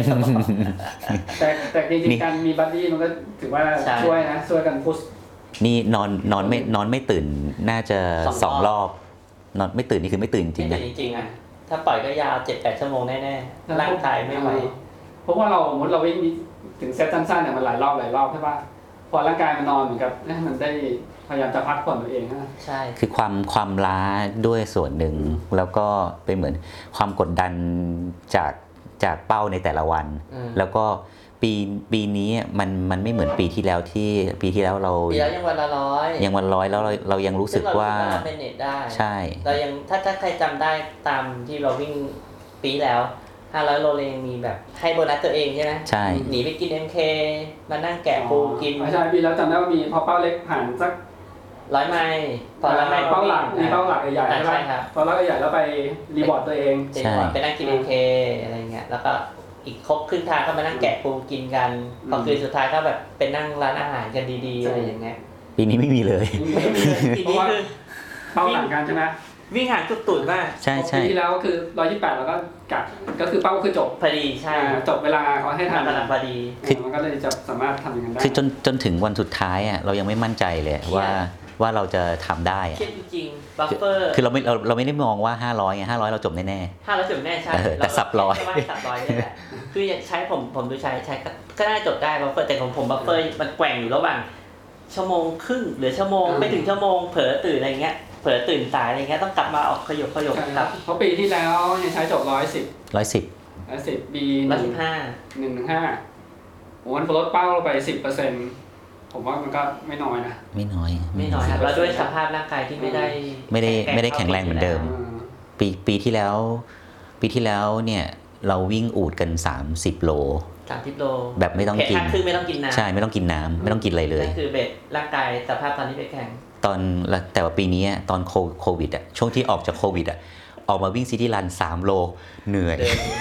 แต่จริงๆการมีบัดดี้มันก็ถือว่าช่วยกันพุชนี่นอนไม่ตื่นน่าจะ2รอบนอนไม่ตื่นนี่คือไม่ตื่นจริงนะจริงๆนะถ้าปล่อยก็ยาว 7-8 ชั่วโมงแน่ๆร่างกายไม่ไหวเพราะว่าเราวิ่งถึงเซตสั้นๆเนี่ยมันหลายรอบใช่ป่ะพอร่างกายมันนอนเหมือนกับมันได้พยายามจะพักผ่อนตัวเองนะใช่คือความล้าด้วยส่วนหนึ่งแล้วก็เป็นเหมือนความกดดันจากเป้าในแต่ละวันแล้วก็ปีนี้มันไม่เหมือนปีที่แล้วเราปีแล้วยังวันละ100 ยังวัน100แล้วเรายังรู้สึกว่าเราเป็นเน็ตได้ใช่เรายังถ้าใครจำได้ตามที่เราวิ่งปีแล้ว500 โลเลยยังมีแบบให้โบนัสตัวเองใช่ไหมใช่หนีไปกิน MK มานั่งแกะปูกินใช่ปีแล้วจำได้ว่ามีพอเป้าเล็กผ่านสัก 100 ไมล์พอ100 ไมล์เป้าหลักมีเป้าหลักใหญ่ๆใช่ไหมพอหลักใหญ่แล้วไปรีบอร์ดตัวเองใช่ไปนั่งกิน MK อะไรเงี้ยแล้วก็อีกครบครึ่งทางก็มานั่งแกะปูกินกันพอคืนสุดท้ายก็แบบเป็นนั่งร้านอาหารกันดีๆอะไรอย่างเงี้ยปีนี้ไม่มีเลยปีนี้คือเป้าหลังกันใช่ไหมวิ่งห่างตุ่นๆมากใช่ปีที่แล้วคือ128แล้วก็กัดก็คือเป้าคือจบพอดีใช่จบเวลาเขาให้ทันพอดีมันก็เลยจะสามารถทำอย่างนั้นได้คือจนถึงวันสุดท้ายอ่ะเรายังไม่มั่นใจเลยว่าเราจะทำได้จริงๆบัฟเฟอร์คือเราไม่ได้มองว่า500ไง500เราจบแน่ๆ500จบแน่ใช่แต่สับร้อยนี่แหละคือใช้ผมดูใช้ก็น่าจบได้บัฟเฟอร์แต่ของผมบัฟเฟอร์มันแกว่งอยู่ระหว่างชั่วโมงครึ่งหรือชั่วโมงไม่ถึงชั่วโมงเผลอตื่นอะไรเงี้ยเผลอตื่นสายอะไรเงี้ยต้องกลับมาออกขยบครับเพราะปีที่แล้วยังใช้จบ110ปี115โอ้มันลดเป้าลงไป 10%ผมว่ามันก็ไม่น้อยนะไม่น้อยแล้วด้วยสภาพร่างกายที่ไม่ได้แข็งแรงเหมือนเดิมปีที่แล้วเนี่ยเราวิ่งอูฐกัน30 โลแบบไม่ต้องกินคือไม่ต้องกินน้ำใช่ไม่ต้องกินน้ำไม่ต้องกินอะไรเลยนั่นคือเบสร่างกายสภาพตอนที่ไปแข่งแต่ว่าปีนี้ตอนโควิดอ่ะช่วงที่ออกจากโควิดอ่ะออกมาวิ่งซิตี้รัน3 โลเหนื่อย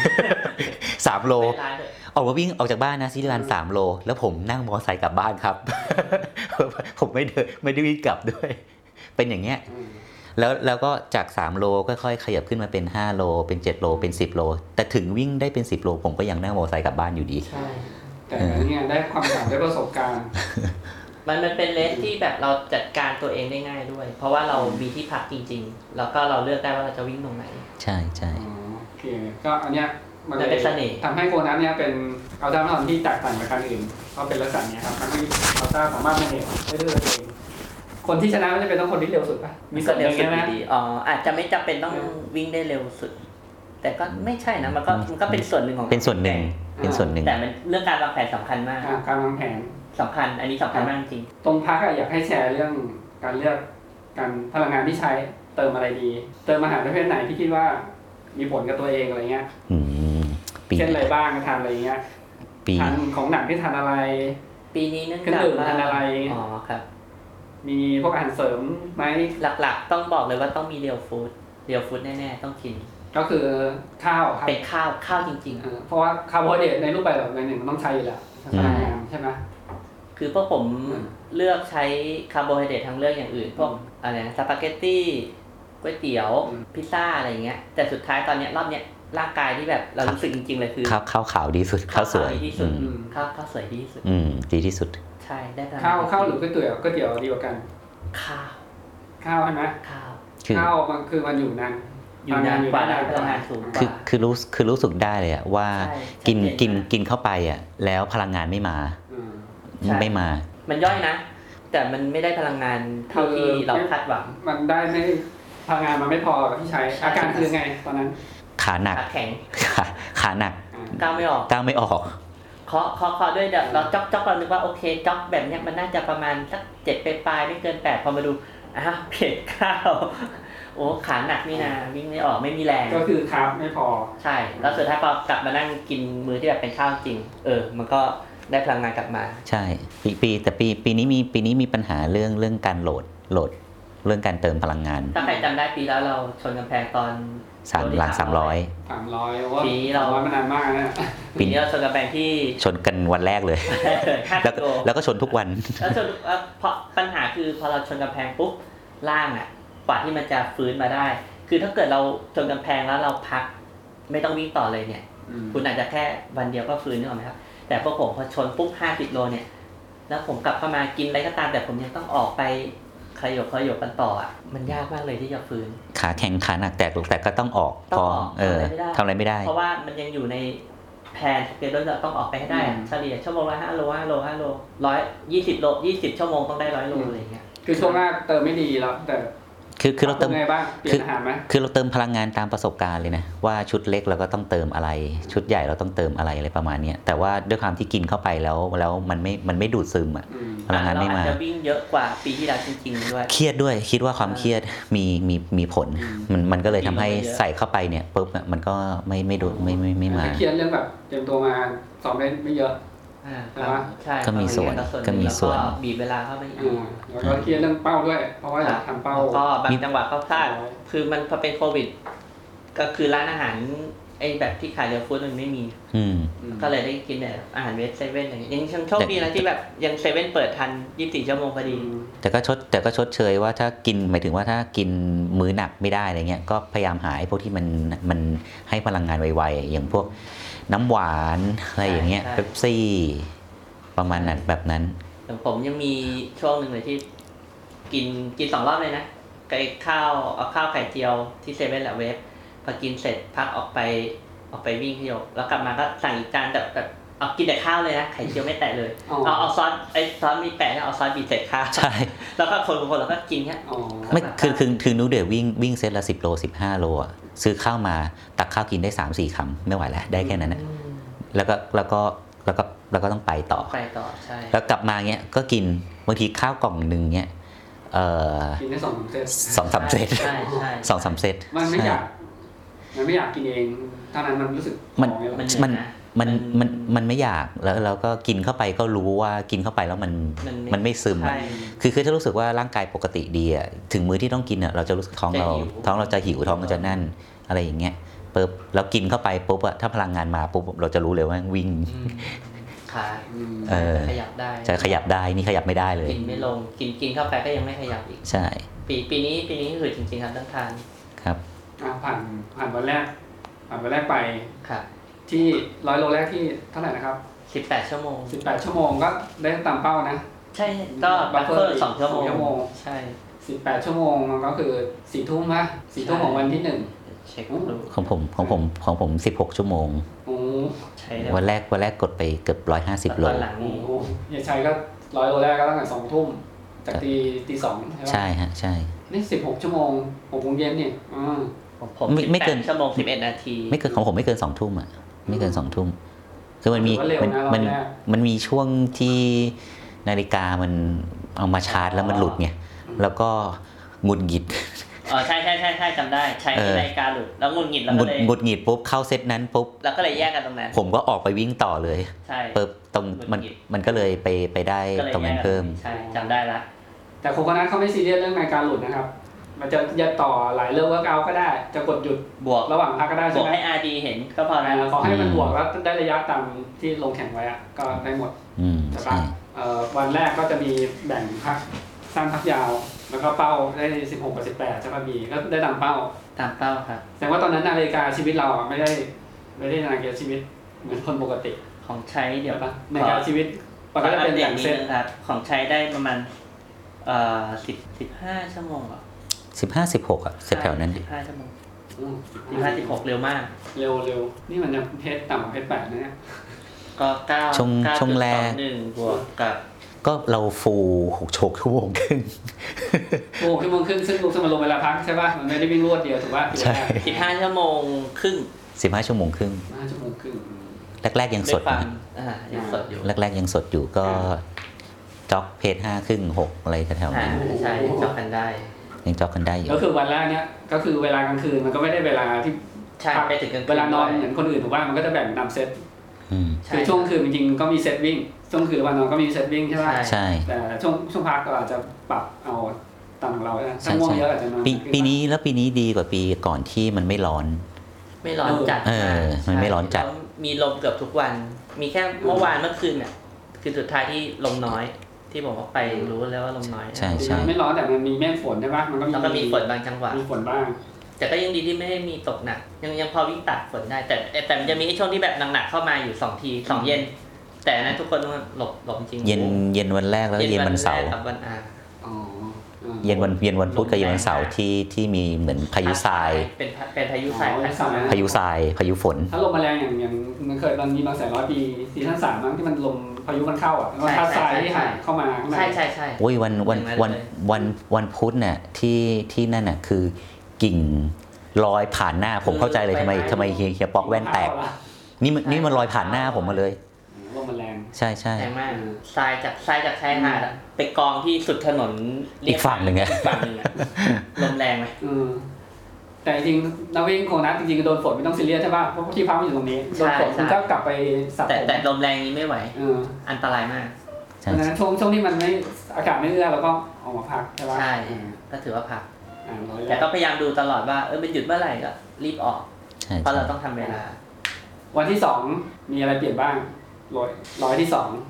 3 โลออกมาวิ่งออกจากบ้านนะซิตี้รัน3 โลแล้วผมนั่งมอเตอร์ไซค์กลับบ้านครับ ผมไม่ได้วิ่งกลับด้วยเป็นอย่างเงี้ยแล้วก็จาก3 โลค่อยๆขยับขึ้นมาเป็น5 โลเป็น7 โลเป็น10 โลแต่ถึงวิ่งได้เป็น10 โลผมก็ยังนั่งมอเตอร์ไซค์กลับบ้านอยู่ดีใช่แต่เนี่ยได้ความสามารถได้ประสบการณ์มันเป็นเลสที่แบบเราจัดการตัวเองได้ง่ายด้วยเพราะว่าเรามีที่พักจริงๆแล้วก็เราเลือกได้ว่าเราจะวิ่งตรงไหนใช่โอเคก็อันเนี้ยมันเป็นเสน่ห์ทำให้โคนัสเนี่ยเป็นอัลตร้ามาราธอนที่แตกต่างจากการอื่นเพราะเป็นลักษณะนี้ครับทั้งที่อัลตร้าสามารถแมเนจได้ด้วยตัวเองคนที่ชนะไม่จำเป็นต้องคนที่เร็วสุดป่ะมีส่วนเร็วสุดดีอาจจะไม่จำเป็นต้องวิ่งได้เร็วสุดแต่ก็ไม่ใช่นะมันก็เป็นส่วนหนึ่งของเป็นส่วนหนึ่งแต่มันเรื่องการวางแผนสำคัญมากการวางแผนสำคัญอันนี้สำคัญมากจริงตรงพักอยากให้แชร์เรื่องการเลือกการพลังงานที่ใช้เติมอะไรดีเติมอาหารประเภทไหนที่คิดว่ามีผลกับตัวเองอะไรเงี้ยเช่นอะไรบ้างทานอะไรเงี้ยทานของหนักที่ทานอะไรปีนี้เนื่องจากว่าทานอะไรครับมีพวกอาหารเสริมไหมหลักๆต้องบอกเลยว่าต้องมีเรียลฟู้ดแน่ๆต้องกินก็คือข้าวเป็นข้าวจริงๆเพราะว่าคาร์โบไฮเดรตในรูปแบบแบบนึงมันต้องใช้อยู่แล้วใช่ไหมคือพวกผมเลือกใช้คาร์โบไฮเดรตทั้งเลือกอย่างอื่นพวกอะไรนะสปาเกตตี้ก๋วยเตี๋ยวพิซซ่าอะไรเงี้ยแต่สุดท้ายตอนเนี้ยรอบเนี้ยร่างกายที่แบบเรารู้สึกจริงๆเลยคือข้าวขาวดีสุดข้าวสวยดีที่สุดข้าวสวยดีที่สุดดีที่สุดใช่ได้ข้าวหรือก๋วยเตี๋ยวดีกว่ากันข้าวใช่ไหมข้าวมันคือมันอยู่นานกว่าพลังงานสูงคือรู้สึกได้เลยอะว่ากินเข้าไปอะแล้วพลังงานไม่มามันย่อยนะแต่มันไม่ได้พลังงานเท่าที่เราคาดหวังมันได้ไม่พลังงานมันไม่พอที่ใช้อาการคือไงตอนนั้นขาหนักแข็งขาหนักก้าวไม่ออกเคาะด้วยเดี๋ยวเราจ๊อกเรานึกว่าโอเคจ๊อกแบบเนี้ยมันน่าจะประมาณสัก7ปลายไม่เกิน8พอมาดูเผ็ดข้าวโอ้ขาหนักนี่นะวิ่งไม่ออกไม่มีแรงก็คือคาร์บไม่พอใช่แล้วสุดท้ายพอกลับมานั่งกินมื้อที่แบบเป็นข้าวจริงมันก็ได้พลังงานกลับมาใช่แต่ปีนี้มีปัญหาเรื่องการโหลดเรื่องการเติมพลังงานถ้าใครจำได้ปีแล้วเราชนกำแพงตอนหลัง300 ปีเรามานานมากนะปีนี้เราชนกำแพงที่ชนกันวันแรกเลยแล้วก็ชนทุกวันแล้วชนเพราะปัญหาคือพอเราชนกำแพงปุ๊บล่างกว่าที่มันจะฟื้นมาได้คือถ้าเกิดเราชนกำแพงแล้วเราพักไม่ต้องวิ่งต่อเลยเนี่ยคุณอาจจะแค่วันเดียวก็ฟื้นนึกออกไหมครับแต่พอผมพอชนปุ๊บ50 โลเนี่ยแล้วผมกลับเข้ามากินอะไรก็ตามแต่ผมยังต้องออกไปขยบกันต่อมันยากมากเลยที่จะฟื้นขาแข็งขาหนักแต่ก็ต้องออกพอทำอะไรไม่ได้เพราะว่ามันยังอยู่ในแผนสเกจเราต้องออกไปให้ได้เฉลี่ยชั่วโมงละ5 โล120 โล20 ชั่วโมงต้องได้100 โลอะไรอย่างเงี้ยคือช่วงแรกเติมไม่ดีแล้วแต่คือเราเติมไงบ้างเปลี่ยนอาหารไหมคือเราเติมพลังงานตามประสบการณ์เลยนะว่าชุดเล็กเราก็ต้องเติมอะไรชุดใหญ่เราต้องเติมอะไรประมาณนี้แต่ว่าด้วยความที่กินเข้าไปแล้วมันไม่ดูดซึมอ่ะพลังงานไม่มาจะวิ่งเยอะกว่าปีที่แล้วจริงๆด้วยเครียดด้วยคิดว่าความเครียดมีผลมันก็เลยทำให้ใส่เข้าไปเนี่ยปุ๊บมันก็ไม่ดูไม่มาเครียดเรื่องแบบเตรียมตัวมาซ้อมได้ไม่เยอะใช่ก็มีส่วนบีบเวลาเข้าไปอีกแล้วก็เครียดเรื่องเป้าด้วยเพราะว่าอยากทำเป้าก็บางจังหวะเขาพลาดคือมันพอเป็นโควิดก็คือร้านอาหารไอ้แบบที่ขายเรือฟู้ดมันไม่มีก็เลยได้กินแต่อาหารเวสเซเว่นอะไรอย่างเงี้ยยังโชคดีนะที่แบบยังเซเว่นเปิดทัน24ชั่วโมงพอดีแต่ก็ชดเชยว่าถ้ากินหมายถึงว่าถ้ากินมื้อหนักไม่ได้อะไรเงี้ยก็พยายามหาพวกที่มันให้พลังงานไวๆอย่างพวกน้ำหวานอะไรอย่างเงี้ยเป๊ปซี่ประมาณนั้นแบบนั้นอย่างผมยังมีช่วงนึงเลยที่กิน2รอบเลยนะไก่ข้าวเอาข้าวไข่เจียวที่เซเว่นแหละเวฟพอกินเสร็จพักออกไปวิ่งพี่โยกแล้วกลับมาก็สั่งอีกจานแบบเอากินแต่ข้าวเลยนะไข่เจียวไม่แตะเลยเอาซอสมีแปะเอาซอสบีบเสร็จข้าวใช่แล้วก็คนแล้วก็กินแค่ไม่คือนู้เดี๋ยววิ่งเซตละ10 โล 15 โลอ่ะซื้อข้าวมาตักข้าวกินได้ 3-4 คำไม่ไหวแล้วได้แค่นั้นนะแล้วก็ต้องไปต่อใช่แล้วกลับมาเงี้ยก็กินบางทีข้าวกล่องนึงเงี้ยกินได้2-3 เซต 2-3 เซตใช่ 2-3 เซตมันไม่อยากกินเองเท่านั้นมันรู้สึกมันไม่อยากแล้วก็กินเข้าไปก็รู้ว่ากินเข้าไปแล้วมันไม่ซึมคือถ้ารู้สึกว่าร่างกายปกติดีอ่ะถึงมื้อที่ต้องกินอ่ะเราจะรู้สึกท้องเราจะหิวท้องเราจะแน่นอะไรอย่างเงี้ยปุ๊บเรากินเข้าไปปุ๊บอะถ้าพลังงานมาปุ๊บเราจะรู้เลยว่าวิ่งขาขยับได้จะขยับได้นี่ขยับไม่ได้เลยกินไม่ลงกินเข้าไปก็ยังไม่ขยับอีกใช่ปีนี้คือจริงๆครับต้องทานครับผ่านวันแรกไปครับที่100 โลแรกที่เท่าไหร่นะครับ 18 ชั่วโมงก็ได้ตามเป้านะใช่ก็บัฟเฟอร์2 ชั่วโมงใช่ 18 ชั่วโมงมันก็คือ4 ทุ่มป่ะ4 ทุ่มของวันที่1 ของผม16 ชั่วโมงวันแรกกดไปเกือบ150 โลอย่าใช้ก็100 โลแรกก็ตั้งแต่2 ทุ่มจากตี 2 ใช่ฮะใช่นี่16 ชั่วโมง6 โมงเย็นนี่ผมไม่เกินชั่วโมง11 นาทีไม่เกินของผมไม่เกิน2 ทุ่มอ่ะไม่เกิน2 ทุ่มคือมันมีช่วงที่นาฬิกามันเอามาชาร์จแล้วมันหลุดไงแล้วก็หงุดหงิดใช่จำได้ใช้นาฬิกาหลุดแล้วหงุดหงิดแล้วก็เลยหงุดหงิดปุ๊บเข้าเซตนั้นปุ๊บแล้วก็เลยแยกกันตรงนั้นผมก็ออกไปวิ่งต่อเลยใช่ปุ๊บตรงมันก็เลยไปได้ตรงนั้นเพิ่มใช่จำได้ละแต่โคโคนัทเขาไม่ซีเรียสเรื่องนาฬิกาหลุดนะครับมันจะยัดต่อหลายเรื่องเวิร์กเอาท์ก็ได้จะกดหยุดบวกระหว่างพักก็ได้ใช่ไหมบวกให้ RD เห็นก็พอแล้วขอให้มันบวกแล้วได้ระยะตามที่ลงแข่งไว้ก็ได้หมดใช่วันแรกก็จะมีแบ่งพักสั้นพักยาวแล้วก็เป้าได้16 กับ 18ใช่ป่ะบีก็ได้ตามเป้าครับแสดงว่าตอนนั้นนาฬิกาชีวิตเราไม่ได้นาฬิกาชีวิตเหมือนคนปกติของใช้เดี๋ยวนาฬิกาชีวิตปกติเป็นอย่างเซตครับของใช้ได้ประมาณ15 ชั่วโมง 15-16อ่ะเสร็จแถวนั้น 15 ชั่วโมง15-16เร็วมากเร็วนี่มันจะเพชรต่ำกว่าเพชร8นะเนี่ยก็9 ช่วงแรก 1บวกกับก็เราฟู6 ชั่วโมงครึ่ง 6 ชั่วโมงครึ่งซึ่งลูกสมาลงเวลาพักใช่ป่ะมันไม่ได้วิ่งรวดเดียวถูกป่ะใช่ 15 ชั่วโมงครึ่ง 15 ชั่วโมงครึ่งแรกๆยังสดอยู่แรกๆยังสดอยู่ก็จ็อกเพจ5 ครึ่ง 6อะไรแถวๆนั้นใช่จ็อกกันได้ยังจ็อกกันได้อยู่ก็คือวันแรกเนี้ยก็คือเวลากลางคืนมันก็ไม่ได้เวลาที่ไปถึงเวลานอนเหมือนคนอื่นถูกป่ะมันก็จะแบ่งตามเซตคือช่วงคืนจริงๆก็มีเซตวิ่งช่วงคืนวันนอนก็มีเซตวิ่งใช่ป่ะใช่แต่ช่วงพักก็อาจจะปรับเอาตามของเราถ้าง่วงเยอะอาจจะนอนปีนี้ดีกว่าปีก่อนที่มันไม่ร้อนจัดมันไม่ร้อนจัดมีลมเกือบทุกวันมีแค่เมื่อวานเมื่อคืนเนี่ยคือสุดท้ายที่ลมน้อยที่ผมไปรู้แล้วว่าลมน้อยใช่ไม่ร้อนแต่มันมีเมฆฝนใช่ป่ะมันก็มีฝนบางจังหวะมีฝนบ้างแต่ก็ยังดีที่ไม่ได้มีตกหนักยังพอวิ่งตัดฝนได้แต่มันจะมีช่วงที่แบบหนักๆเข้ามาอยู่2 เย็นแต่นั้นทุกคนหลบจริงเย็นวันแรกแล้วเย็นวันเสาร์กับวันเย็นวันพุธกับเย็นวันเสาร์ที่มีเหมือนพายุทรายเป็นพายุทรายพายุทรายพายุฝนถ้าลมแรงอย่างมันเคยมันมีบางแสนร้อยปีซีซั่น3มั้งที่มันลมพายุมันเข้าอ่ะมันพัดทรายที่หายเข้ามาใช่โอ้ยวันพุธเนี่ยที่นั่นน่ะคือกิ่งลอยผ่านหน้าผมเข้าใจเลยทำไมเฮียป๊อกแว่นแตกนี่มันลอยผ่านหน้าผมมาเลยลมมันแรงใช่แรงมากทรายจากชายหาดไปกองที่สุดถนนอีกฝั่งหนึ่งไงลมแรงไหมแต่จริงนักวิ่งโคนัสจริงๆโดนฝนไม่ต้องซีเรียสใช่ป่ะเพราะที่พักมันอยู่ตรงนี้โดนฝนคุณก็กลับไปสับแต่ลมแรงนี้ไม่ไหวอันตรายมากฉะนั้นช่วงที่มันไม่อากาศไม่เอื้อเราก็ออกมาพักใช่ป่ะใช่ก็ถือว่าพักแต่ก็พยายามดูตลอดว่ามันหยุดเมื่อไหร่ก็รีบออกเพราะเราต้องทำเวลาวันที่2มีอะไรเปลี่ยนบ้างร้อยที่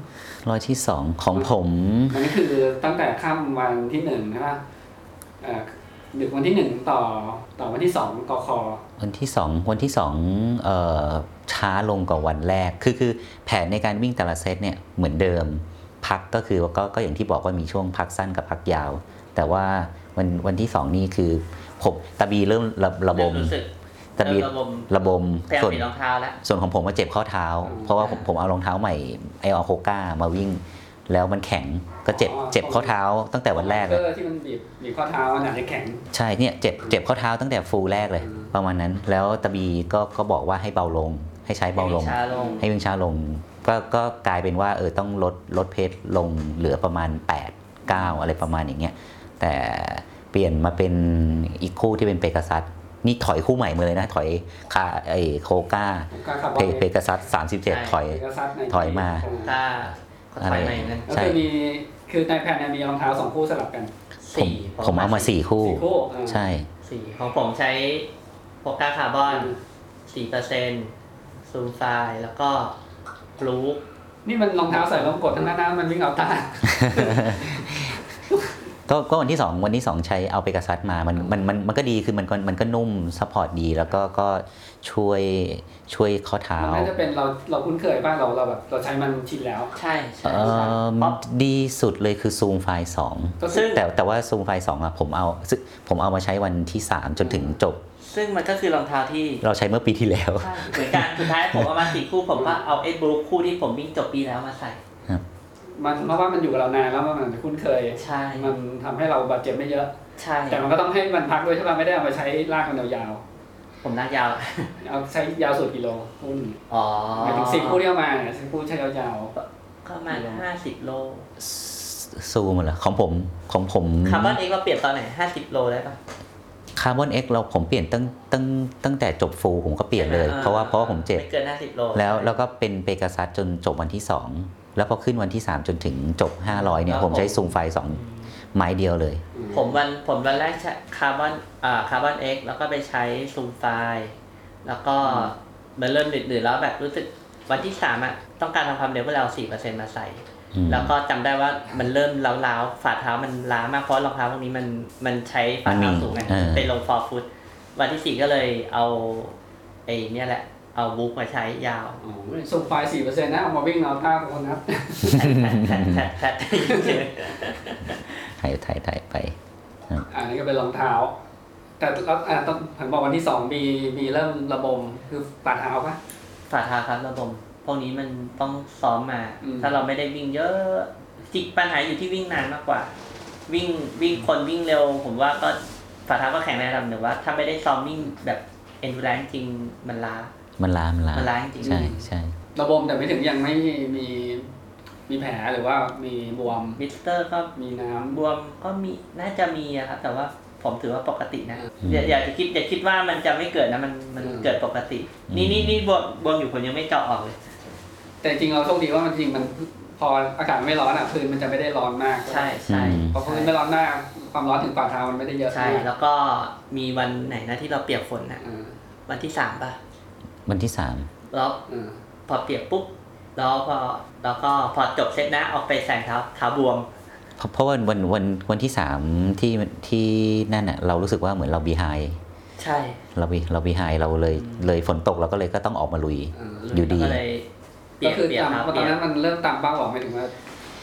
2 ของผมมันก็คือตั้งแต่ค่ำวันที่1ใช่ป่ะดึกวันที่1ต่อวันที่2กควันที่2ช้าลงกว่าวันแรกคือแผนในการวิ่งแต่ละเซตเนี่ยเหมือนเดิมพักก็คือก็อย่างที่บอกว่ามีช่วงพักสั้นกับพักยาวแต่ว่าวันที่2นี่คือผมตะบีเริ่มระบมตะบีระบมส่วนของผมก็เจ็บข้อเท้าเพราะว่าผมเอารองเท้าใหม่ไอออโคก้ามาวิ่งแล้วมันแข็งก็เจ็บข้อเท้าตั้งแต่วันแรกเลยที่มันบีบข้อเท้าเนี่ยแข็งใช่เนี่ยเจ็บข้อเท้าตั้งแต่ฟูลแรกเลยประมาณนั้นแล้วตะบีก็บอกว่าให้เบาลงให้ใช้เบาลงให้วิ่งช้าลงก็กลายเป็นว่าต้องลดเพสลงเหลือประมาณ8-9อะไรประมาณอย่างเงี้ยแต่เปลี่ยนมาเป็นอีกคู่ที่เป็นเปกาซัสนี่ถอยคู่ใหม่มาเลยนะถอยโคก้าเปกาซัส37ถอยมาอะไรใช่คือในแผนมีรองเท้า2คู่สลับกันผมเอามา4คู่ใช่ 4ของผมใช้โคก้าคาร์บอน 4% ซูมไฟแล้วก็บลูนี่มันรองเท้าใส่ลมกดทั้งนั้นมันวิ่งเอาตาก็วันที่2ใช้เอาเปกาซัสมามันก็ดีคือมันก็นุ่มซัพพอร์ตดีแล้วก็ช่วยข้อเท้ามันน่าจะเป็นเราคุ้นเคยป่ะเราแบบเราใช้มันชินแล้วใช่ดีสุดเลยคือซูมไฟล์2แต่ว่าซูมไฟล์2อ่ะผมเอามาใช้วันที่3จนถึงจบซึ่งมันก็คือรองเท้าที่เราใช้เมื่อปีที่แล้วเหมือนกันสุดท้ายผมเอามา4คู่ผมก็เอาไอ้บลูคู่ที่ผมวิ่งจบปีแล้วมาใส่มันเพราะว่ามันอยู่กับเรานานแล้วมันคุ้นเคยใช่มันทำให้เราบาดเจ็บไม่เยอะใช่แต่มันก็ต้องให้มันพักด้วยใช่ป่ะไม่ได้เอามาใช้ลากกันยาวๆผมลากยาวเอาใช้ยาวสุดกิโลคุณหมายถึง10คู่ที่เอามาเนี่ย10คู่ใช้ยาวๆก็มา50โลซูมเหรอของผมคาร์บอนเอ็กเราเปลี่ยนตอนไหน50โลได้ป่ะคาร์บอนเอ็กผมเปลี่ยนตั้งแต่จบฟูลผมก็เปลี่ยนเลยเพราะว่าผมเจ็บไม่เกิน50โลแล้วก็เป็นเปกาซัสจนจบวันที่2แล้วพอขึ้นวันที่3จนถึงจบ500เนี่ยผมใช้ซูมไฟ2ไม้เดียวเลยผมวันแรกใช้คาร์บอนเอ็กแล้วก็ไปใช้ซูมไฟแล้วก็มันเริ่มดืดๆแล้วแบบรู้สึกวันที่3อ่ะต้องการทำความเร็วเพื่อเอา 4% มาใส่แล้วก็จำได้ว่ามันเริ่มล้าวๆฝ่าเท้ามันล้ามากเพราะรองเท้าพวกนี้มันใช้ฝ่าเท้าสูงไงเป็นลงฟอร์ฟุตวันที่4ก็เลยเอาเนี่ยแหละเอาบุ๊กมาใช้ยาวส่งไฟล์ 4% นะเอามาวิ่งเอาท่าคนนับแพทถ่ายไปอันนี้ก็เป็นรองเท้าแต่ต้องผมบอกวันที่2มีเริ่มระบมคือฝ่าเท้าป่ะฝ่าเท้าครับระบมพวกนี้มันต้องซ้อมมาถ้าเราไม่ได้วิ่งเยอะจิกปัญหาอยู่ที่วิ่งนานมากกว่าวิ่งคนวิ่งเร็วผมว่าก็ฝ่าเท้าก็แข็งแรงระดับหนึ่งว่าถ้าไม่ได้ซ้อมวิ่งแบบ endurance จริงมันล้าจริงใช่ระบมแต่ไม่ถึงยังไม่มีแผลหรือว่ามีบวมมิสเตอร์ก็มีน้ำบวมก็มีน่าจะมีครับแต่ว่าผมถือว่าปกตินะอย่าคิดว่ามันจะไม่เกิดนะมันเกิดปกตินี่บวมอยู่ผมยังไม่เจาะออกเลยแต่จริงเราโชคดีว่ามันจริงมันพออากาศไม่ร้อนพื้นมันจะไม่ได้ร้อนมากใช่พอพื้นไม่ร้อนมากความร้อนถึงฝ่าเท้ามันไม่ได้เยอะใช่แล้วก็มีวันไหนนะที่เราเปียกฝนนะวันที่3ป่ะวันที่3 แล้วพอเปียกปุ๊บแล้วก็พอจบเซตนะออกไปใส่เท้าบวมเพราะวันที่3ที่นั่นน่ะเรารู้สึกว่าเหมือนเราบีไฮใช่เราบีไฮเราเลยฝนตกเราก็เลยก็ต้องออกมาลุยอยู่ดีก็คือตอนนั้นมันเริ่มตามเป้าหวังหมายถึงว่า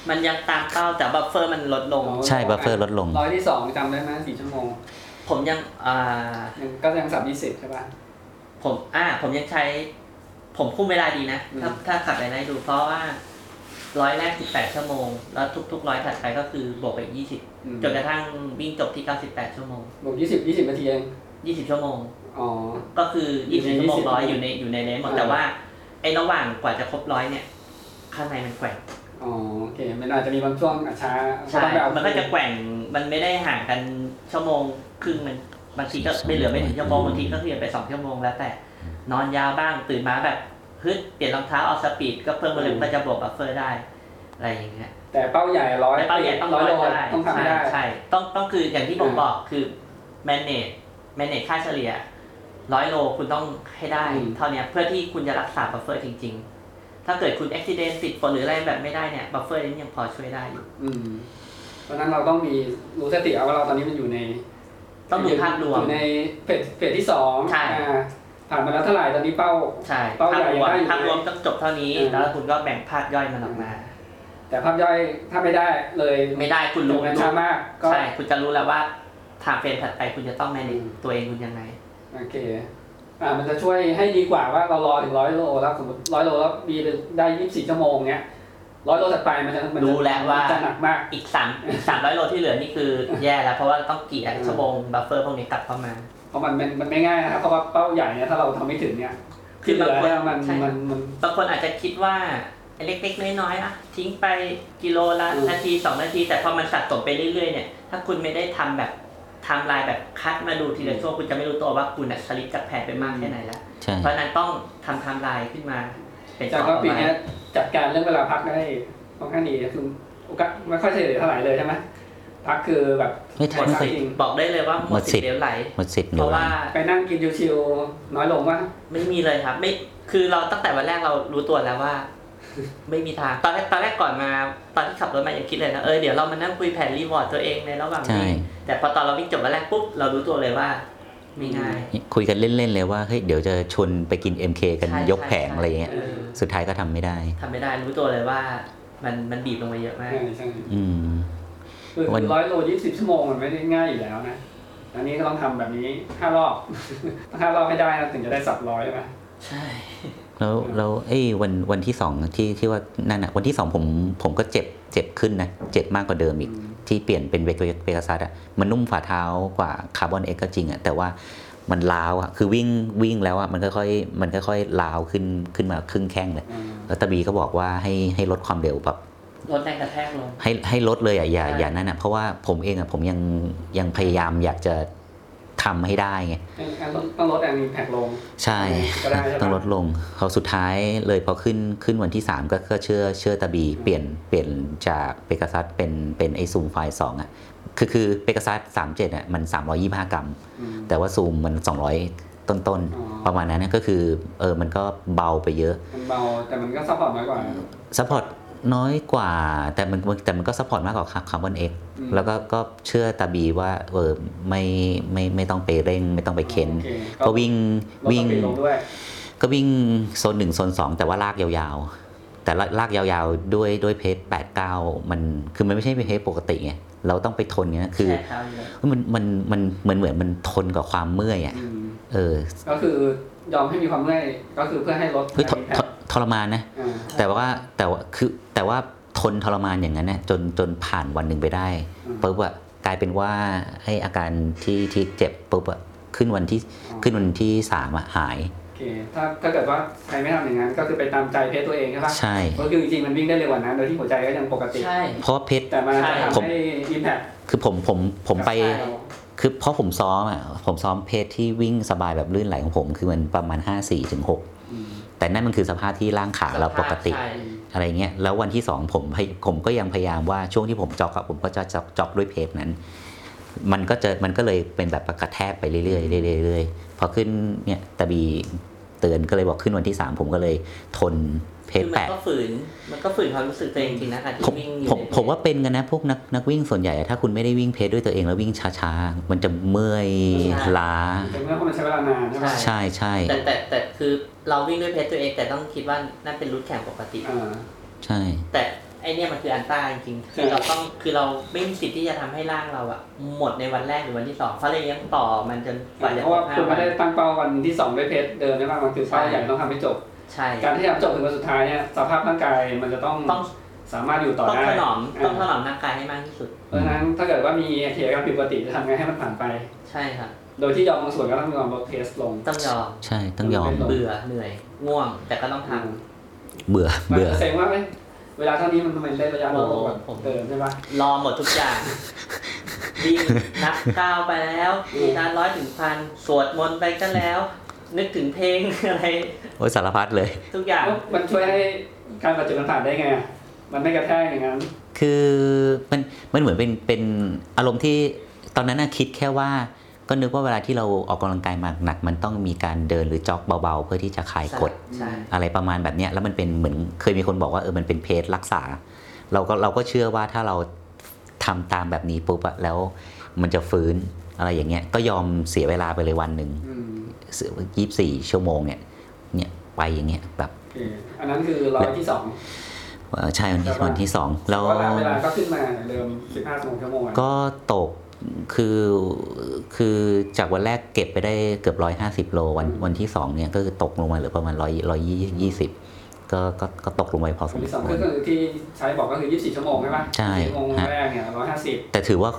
มันยังตามเป้าแต่บัฟเฟอร์มันลดลงใช่บัฟเฟอร์ลดลงร้อยที่2จำได้ไหม4 ชั่วโมงผมยังก็ยัง3:20ใช่ป่ะผมยังใช้ผมคุมเวลาดีนะถ้าขับไปได้ดูเพราะว่าร้อยแรก18 ชั่วโมงแล้วทุกร้อยถัดไปก็คือบวกไป20จนกระทั่งวิ่งจบที่98 ชั่วโมงบวก20 นาทีเอง 20 ชั่วโมงก็คือ20 ชั่วโมงร้อยอยู่ในเลนหมดแต่ว่าไอ้ระหว่างกว่าจะครบ100เนี่ยข้างในมันแกว่งโอเคมันอาจจะมีบางช่วงช้าใช่มันก็จะแกว่งมันไม่ได้ห่างกันชั่วโมงครึ่งมันบางทีก็ไม่เหลือไม่ถึงชั่วโมงบางทีก็เปลี่ยนไป2 ชั่วโมงแล้วแต่นอนยาวบ้างตื่นมาแบบฮึดเปลี่ยนรองเท้าเอาสปีดก็เพิ่มวอลลุ่มก็จะบวกบัฟเฟอร์ได้อะไรอย่างเงี้ยแต่เป้าใหญ่100 เป้าใหญ่ต้อง100โลต้องทำได้ใช่ต้องคืออย่างที่ผมบอกคือแมเนจค่าเฉลี่ย100 โลคุณต้องให้ได้เท่านี้เพื่อที่คุณจะรักษาบัฟเฟอร์จริงๆถ้าเกิดคุณอุบัติเหตุติดฝนหรืออะไรแบบไม่ได้เนี่ยบัฟเฟอร์นี้ยังพอช่วยได้อยู่เพราะนั้นเราต้องมีรู้สติเอาว่าเราตอนนี้มันอยู่ในต้องดูภาพรวมอยู่ในเฟสที่2ผ่านมาแล้วเท่าไหร่ตอนนี้เป้าใหญ่ภาพรวมต้องจบเท่านี้แล้วคุณก็แบ่งภาพย่อยมันออกมาแต่ภาพย่อยถ้าไม่ได้เลยไม่ได้คุณรู้ช้ามากใช่คุณจะรู้แล้วว่าไทม์เฟรมถัดไปคุณจะต้อง manage ตัวเองคุณยังไงโอเคมันจะช่วยให้ดีกว่าว่าเรารอถึง100 โลแล้วสมมติ100 โลแล้วมีได้24 ชั่วโมงเนี้ย100 โลถัดไปมันจะรู้แล้วว่าจะหนักมากอีก300 โลที่เหลือนี่คือแย่แล้วเพราะว่าต้องกี่ชั่วโมงบัฟเฟอร์พวกนี้กลับเข้ามาเพราะมันไม่ง่ายนะครับเพราะว่าเป้าใหญ่เนี่ยถ้าเราทำไม่ถึงเนี่ยคือบางคนบางคนอาจจะคิดว่าเล็กๆน้อยๆทิ้งไปกิโลละนาที2 นาทีแต่พอมันสะสมไปเรื่อยๆเนี่ยถ้าคุณไม่ได้ทำแบบไทม์ไลน์แบบคัดมาดูทีละช่วงคุณจะไม่รู้ตัวว่าคุณสลิปจากแผนไปมากแค่ไหนแล้วเพราะนั้นต้องทำไทม์ไลน์ขึ้นมาเป็นจากปีนี้จัดการเรื่องเวลาพักได้ค่อนข้างดีคือโอกาสไม่ค่อยเฉลี่ยเท่าไหร่เลยใช่ไหมพักคือแบบหมดสิทธิ์บอกได้เลยว่าหมดสิทธิ์เหลวไหลเพราะว่าไปนั่งกินชิวๆน้อยลงว่าไม่มีเลยครับไม่คือเราตั้งแต่วันแรกเรารู้ตัวแล้วว่าไม่มีทางตอนแรกก่อนมาตอนที่ขับรถมายังคิดเลยนะเดี๋ยวเรามานั่งคุยแผนรีวอร์ดตัวเองในระหว่างนี้แต่พอตอนเราวิ่งจบวันแรกปุ๊บเรารู้ตัวเลยว่าไม่ง่ายคุยกันเล่นๆเลยว่าเฮ้ยเดี๋ยวจะชวนไปกิน MK กันยกแผงอะไรเงี้ยสุดท้ายก็ทำไม่ได้รู้ตัวเลยว่ามันบีบลงไปเยอะมากคือ100 โล20 ชั่วโมงมันไม่ได้ง่ายอยู่แล้วนะอันนี้ก็ต้องทำแบบนี้5 รอบต้อง5 รอบให้ได้นะถึงจะได้สับ100ใช่ไหมใช่แล้ววันที่2ที่ว่านั่นน่ะวันที่2ผมก็เจ็บขึ้นนะเจ็บมากกว่าเดิมอีกที่เปลี่ยนเป็นเวกาซัสอ่ะมันนุ่มฝ่าเท้ากว่าคาร์บอนเอ็กก็จริงอ่ะแต่ว่ามันล้าวอ่ะคือวิ่งแล้วอ่ะมันค่อยล้าวขึ้นมาครึ่งแข้งเลยแล้วตาบีก็บอกว่าให้ลดความเร็วแบบลดแรงกระแทกลงให้ลดเลยอ่ะอย่านั่นอ่ะเพราะว่าผมเองอ่ะผมยังพยายามอยากจะทำให้ได้ไงต้องลดแรงอิมแพคลงใช่ต้องลดลงเขาสุดท้ายเลยพอขึ้นวันที่3ก็เชื่อตาบีเปลี่ยนจากเปกาซัสเป็นไอซูมไฟล์2อ่ะคือเปกาซัส37อ่ะมัน325 กรัมแต่ว่าซูมมัน200ต้นประมาณนั้นก็คือมันก็เบาไปเยอะมันเบาแต่มันก็ซัพพอร์ตน้อยกว่าซัพพอร์ตน้อยกว่าแต่มันก็ซัพพอร์ตมากกว่าคาร์บอนเอ็กแล้วก็เชื่อตาบีว่าไม่ต้องไปเร่งไม่ต้องไปเค้นก็วิ่งก็วิ่งโซน1โซน2แต่ว่าลากยาวๆแต่ลากยาวๆด้วยเพจ8-9มันคือมันไม่ใช่เพจปกติไงเราต้องไปทนเนี่ยคือมันเหมือนมันทนกับความเมื่อยอ่ะก็คือยอมให้มีความเมื่อยก็คือเพื่อให้ลดทรมานนะแต่ว่าทนทรมานอย่างนั้นนะจนผ่านวันหนึ่งไปได้ปุ๊บอะกลายเป็นว่าให้อาการที่เจ็บปุ๊บอะขึ้นวันที่3อะหายโอเคถ้าเกิดว่าใครไม่ทำอย่างนั้นก็คือไปตามใจเพจตัวเองใช่ปะใช่ก็คือจริงๆมันวิ่งได้เร็วกว่านั้นโดยที่หัวใจก็ยังปกติใช่เพราะเพจแต่มันจะทำให้อิมแพคคือผมไปคือเพราะผมซ้อมเพจที่วิ่งสบายแบบลื่นไหลของผมคือมันประมาณ54-6แต่นั่นมันคือสภาพที่ร่างขาเราปกติอะไรเงี้ยแล้ววันที่2ผมก็ยังพยายามว่าช่วงที่ผมจ็อกอะผมก็จะจ็อกด้วยเพจนั้นมันก็เลยเป็นแบบกระแทกไปเรื่อยๆพอขึ้นเนี่ยตาบีเตือนก็เลยบอกขึ้นวันที่3ผมก็เลยทนเพจ8 มันก็ฝืนความรู้สึกตัวเองจริงนะการที่วิ่งผมว่าเป็นกันนะพวกนักวิ่งส่วนใหญ่ถ้าคุณไม่ได้วิ่งเพจด้วยตัวเองแล้ววิ่งช้าๆมันจะเมื่อยล้าเพราะมันใช้เวลานานใช่แต่คือเราวิ่งด้วยเพจตัวเองแต่ต้องคิดว่านั่นเป็นรูทแข่งปกติใช่แต่ไอเนี่ยมันคืออันต้าจริงๆคือเราไม่มีสิทธิ์ที่จะทำให้ร่างเราอะหมดในวันแรกหรือวันที่2เพราะเรายังต่อมันจนกว่าจะเพราะว่าคุณไม่ได้ตั้งเป้าวันที่2ด้วยเพจเดิมใช่ไหมมันคือเป้าใหญ่ต้องทำให้จบใช่การที่จะจบถึงวันสุดท้ายเนี่ยสภาพร่างกายมันจะต้องสามารถอยู่ต่อได้ต้องถนอมร่างกายให้มากที่สุดเพราะฉะนั้นถ้าเกิดว่ามีกิจกรรมผิดปกติจะทำไงให้มันผ่านไปใช่ครับโดยที่ยอมบางส่วนก็ต้องยอมลดเพสลงต้องยอมใช่ต้องยอมเบื่อเหนื่อยง่วงแต่ก็ต้องทเบื่อแสดงว่าเวลาเท่านี้มันได้ระยะลดใช่ไหมรอหมดทุกอย่างวิ่งนับก้าวไปแล้วมีการ100 ถึง 1,000สวดมนต์ไปก็แล้วนึกถึงเพลงอะไรโอ้ยสารพัดเลยทุกอย่างมันช่วยให้การบาดเจ็บมันผ่านได้ไงมันไม่กระแทกอย่างนั้นคือมันเหมือนเป็นอารมณ์ที่ตอนนั้นคิดแค่ว่าก็นึกว่าเวลาที่เราออกกำลังกายหนักมันต้องมีการเดินหรือจ็อกเบาๆเพื่อที่จะคลายกดอะไรประมาณแบบนี้แล้วมันเป็นเหมือนเคยมีคนบอกว่ามันเป็นเพจรักษาเราก็เชื่อว่าถ้าเราทำตามแบบนี้ปุ๊บแล้วมันจะฟื้นอะไรอย่างเงี้ยก็ยอมเสียเวลาไปเลยวันหนึ่ง24 ชั่วโมงเนี่ยไปอย่างเงี้ยแบบอันนั้นคือ100 ที่ 2 ใช่วันที่2แล้วเวลาก็ขึ้นมาเดิม15 ชั่วโมงก็ตกคือจากวันแรกเก็บไปได้เกือบ150 โลวันที่2เนี่ยก็คือตกลงมาเหลือประมาณ120ก็ตกลงไปพอสมควรก็คือที่ใช้บอกก็คือ24 ชั่วโมงใช่ไหมใช่ชั่วโมงแรกเนี่ย150 แต่ถือ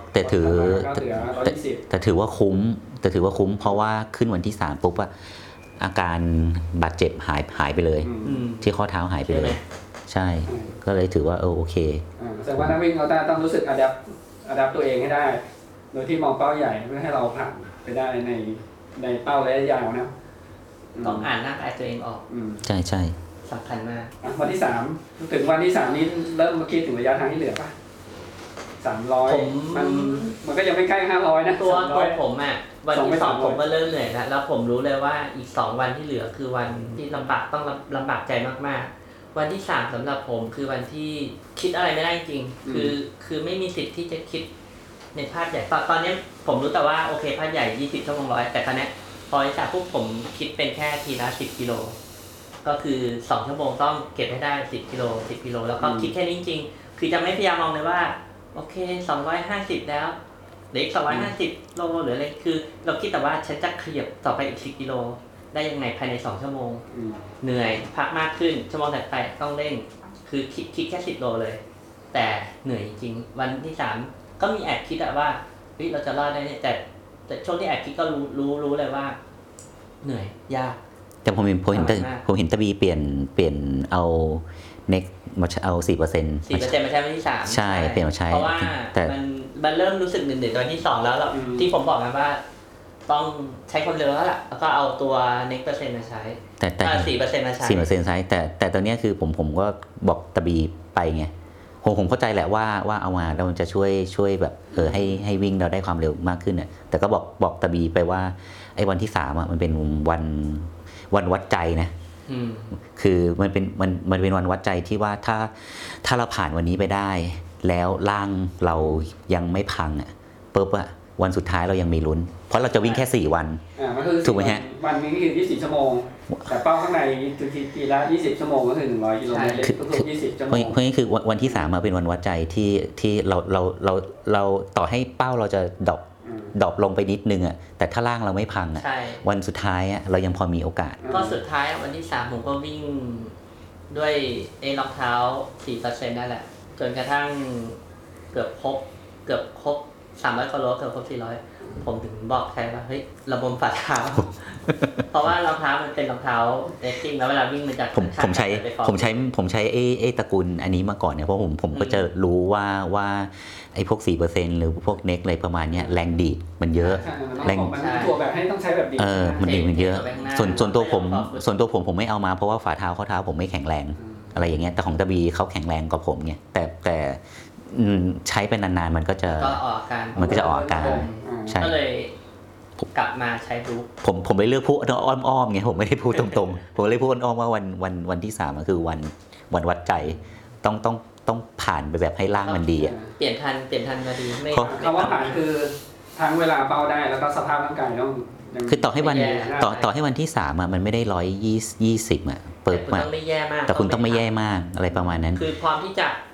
ว่าคุ้มเพราะว่าขึ้นวันที่3ปุ๊บอะอาการบาดเจ็บหายไปเลยที่ข้อเท้าหายไปเลยใช่ก็เลยถือว่าโอเคแสดงว่านักวิ่งเราต้องรู้สึกอะแดปตัวเองให้ได้โดยที่มองเป้าใหญ่เพื่อให้เราผ่านไปได้ในเป้าระยะยาวนะต้องอ่านร่างกายตัวเองออกใช่สำคัญมากวันที่3ถึงวันที่3นี้เริ่มมาคิดถึงระยะทางที่เหลือป่ะ300มันก็ยังไม่ใกล้500นะตัวผมอ่ะวันที่2ผมก็เริ่มเหนื่อยแล้วผมรู้เลยว่าอีก2วันที่เหลือคือวันที่ลำบากใจมากๆวันที่3สำหรับผมคือวันที่คิดอะไรไม่ได้จริงคือไม่มีสิทธิ์ที่จะคิดในภาพใหญ่ตอนนี้ผมรู้แต่ว่าโอเคภาพใหญ่20 ชั่วโมง100แต่คราวนี้พอจากพวกผมคิดเป็นแค่ทีละ10 กิโลก็คือ2 ชั่วโมงต้องเก็บให้ได้10 กิโลแล้วก็คิดแค่นี้จริงๆคือจะไม่พยายามมองเลยว่าโอเค250แล้วเหลืออีก250 โลหรืออะไรคือเราคิดแต่ว่าฉันจะขยับต่อไปอีก10 กิโลได้ยังไงภายใน2 ชั่วโมงเหนื่อยพักมากขึ้นชั่วโมงถัดไปต้องเร่งคือคิดแค่10 โลเลยแต่เหนื่อยจริงวันที่3ก็มีแอบคิดว่าเราจะรอดได้เนี่ยแต่ช่วงที่แอบคิดก็รู้เลยว่าเหนื่อยยากแต่ผมเห็นตะบีเปลี่ยนเอาเน็กมาเอา 4% มาใช้วันที่3 ใช่เปลี่ยนมาใช้เพราะว่ามันเริ่มรู้สึกเหนื่อยตอนที่2แล้วที่ผมบอกกันว่าต้องใช้ความเร็วแล้วล่ะแล้วก็เอาตัวเน็กเปอร์เซ็นต์มาใช้แต่ 4% มาใช้ 4% ใช้แต่ตอนนี้คือผมก็บอกตะบีไปไงผมเข้าใจแหละว่าเอามาแล้วมันจะช่วยแบบให้วิ่งเราได้ความเร็วมากขึ้นเนี่ยแต่ก็บอกตะบีไปว่าไอ้วันที่3มันเป็นวันวัดใจนะคือมันเป็นวันวัดใจที่ว่าถ้าเราผ่านวันนี้ไปได้แล้วร่างเรายังไม่พังปุ๊บวันสุดท้ายเรายังมีลุ้นเพราะเราจะวิ่งแค่4 วันถูกไหมฮะวันนี้คือ24 ชั่วโมงแต่เป้าข้างในทีละ20 ชั่วโมงก็คือ100 กิโลเมตรก็คือ20 ชั่วโมงเพราะนี่คือวันที่3มาเป็นวันวัดใจที่เราต่อให้เป้าเราจะดรอปลงไปนิดนึงแต่ถ้าร่างเราไม่พังวันสุดท้ายเรายังพอมีโอกาสก็สุดท้ายวันที่3ผมก็วิ่งด้วยรองเท้า 4% นั่นแหละจนกระทั่งเกือบครบ300 กิโลเกือบครบ400ผมถึงบอกใครว่าเฮ้ยระบมฝ่าเท้า เพราะว่ารองเท้ามันเป็นรองเท้าเรซซิ่งแล้วเวลาวิ่งมันจะผมใช้ไอ้ตระกูลอันนี้มาก่อนเนี่ยเพราะผมก็จะรู้ว่าไอ้พวก 4% หรือพวกเน็กอะไรประมาณเนี้ยแรงดีดมันเยอะแรงตัวแบบให้ต้องใช้แบบดีมันดีมันเยอะส่วนตัวผมไม่เอามาเพราะว่าฝ่าเท้าข้อเท้าผมไม่แข็งแรงอะไรอย่างเงี้ยแต่ของตะบีเขาแข็งแรงกว่าผมเนี่ยแต่ใช้เป็นนานๆมันก็จะออกอาการใช่ก็เลยกลับมาใช้รูปผมเลยเลือกพูดอ้อมๆไงผมไม่ได้พูดตรงๆผมเลยพูดอ้อมว่าวันที่3ก็คือวันวัดใจต้องผ่านไปแบบให้ร่างมันดีเปลี่ยนทันมาดีไม่คำว่าผ่านคือทั้งเวลาเป้าได้แล้วก็สภาพร่างกายต้องคือต่อให้วันที่3มันไม่ได้120เปิดมาต้องไม่แย่มากแต่คุณต้องไม่แย่มากอะไรประมาณนั้นคือพร้อมที่จะ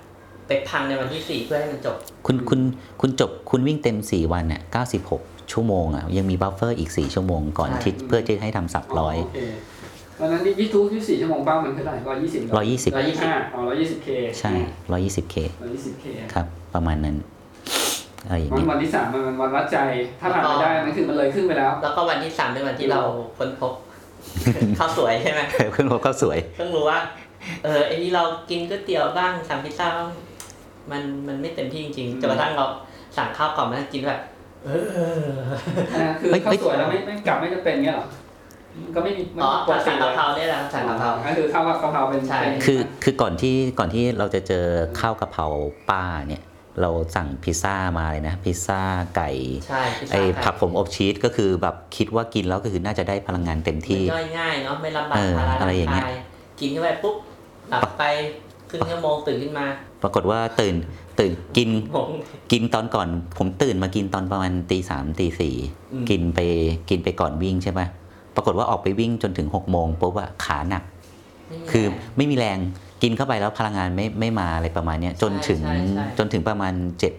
ไปพังในวันที่4เพื่อให้มันจบคุณจบคุณวิ่งเต็ม4วันเนี่ย96ชั่วโมงอ่ะยังมีบัฟเฟอร์อีก4ชั่วโมงก่อนที่เพื่อจะให้ทำสับ100 วันนั้นนี่24ชั่วโมงเป้ามันเท่าไหร่120 120K ใช่ 120K ครับประมาณนั้นวันที่3มันวันวัดใจถ้าผ่านไปได้นั่นคือมันเลยครึ่งไปแล้วก็วันที่3เป็นวันที่เราค้นพบข้าวสวยใช่ไหมค้นพบข้าวสวยเพิ่งรู้ว่าไอ้นี่เรากินก๋วยเตี๋ยวบ้างสั่งพิซซ่ามันไม่เต็มที่จริงๆจนกระทั่งเราสั่งข้าวกล่องมากินแบบคือข้าวสวยแล้วไม่กลับไม่จะเป็นเงี้ยหรอก็ไม่มีสั่งกะเพราเนี่ยแหละสั่งกะเพราคือข้าวกะเพราเป็นคือก่อนที่เราจะเจอข้าวกะเพราป้าเนี่ยเราสั่งพิซซ่ามาเลยนะพิซซ่าไก่ไอ้ผักผมอบชีสก็คือแบบคิดว่ากินแล้วก็คือน่าจะได้พลังงานเต็มที่ย่อยง่ายเนาะไม่ลำบากอะไรอย่างเงี้ยกินเข้าไปปุ๊บหลับไปครึ่งชั่วโมงตื่นขึ้นมาปรากฏว่าตื่นกินตอนก่อนผมตื่นมากินตอนประมาณ3:00 4:00กินไปก่อนวิ่งใช่ไหมปรากฏว่าออกไปวิ่งจนถึง6 โมงปุ๊บอะขาหนักคือไม่มีแรงกินเข้าไปแล้วพลังงานไม่มาอะไรประมาณนี้จนถึงประมาณ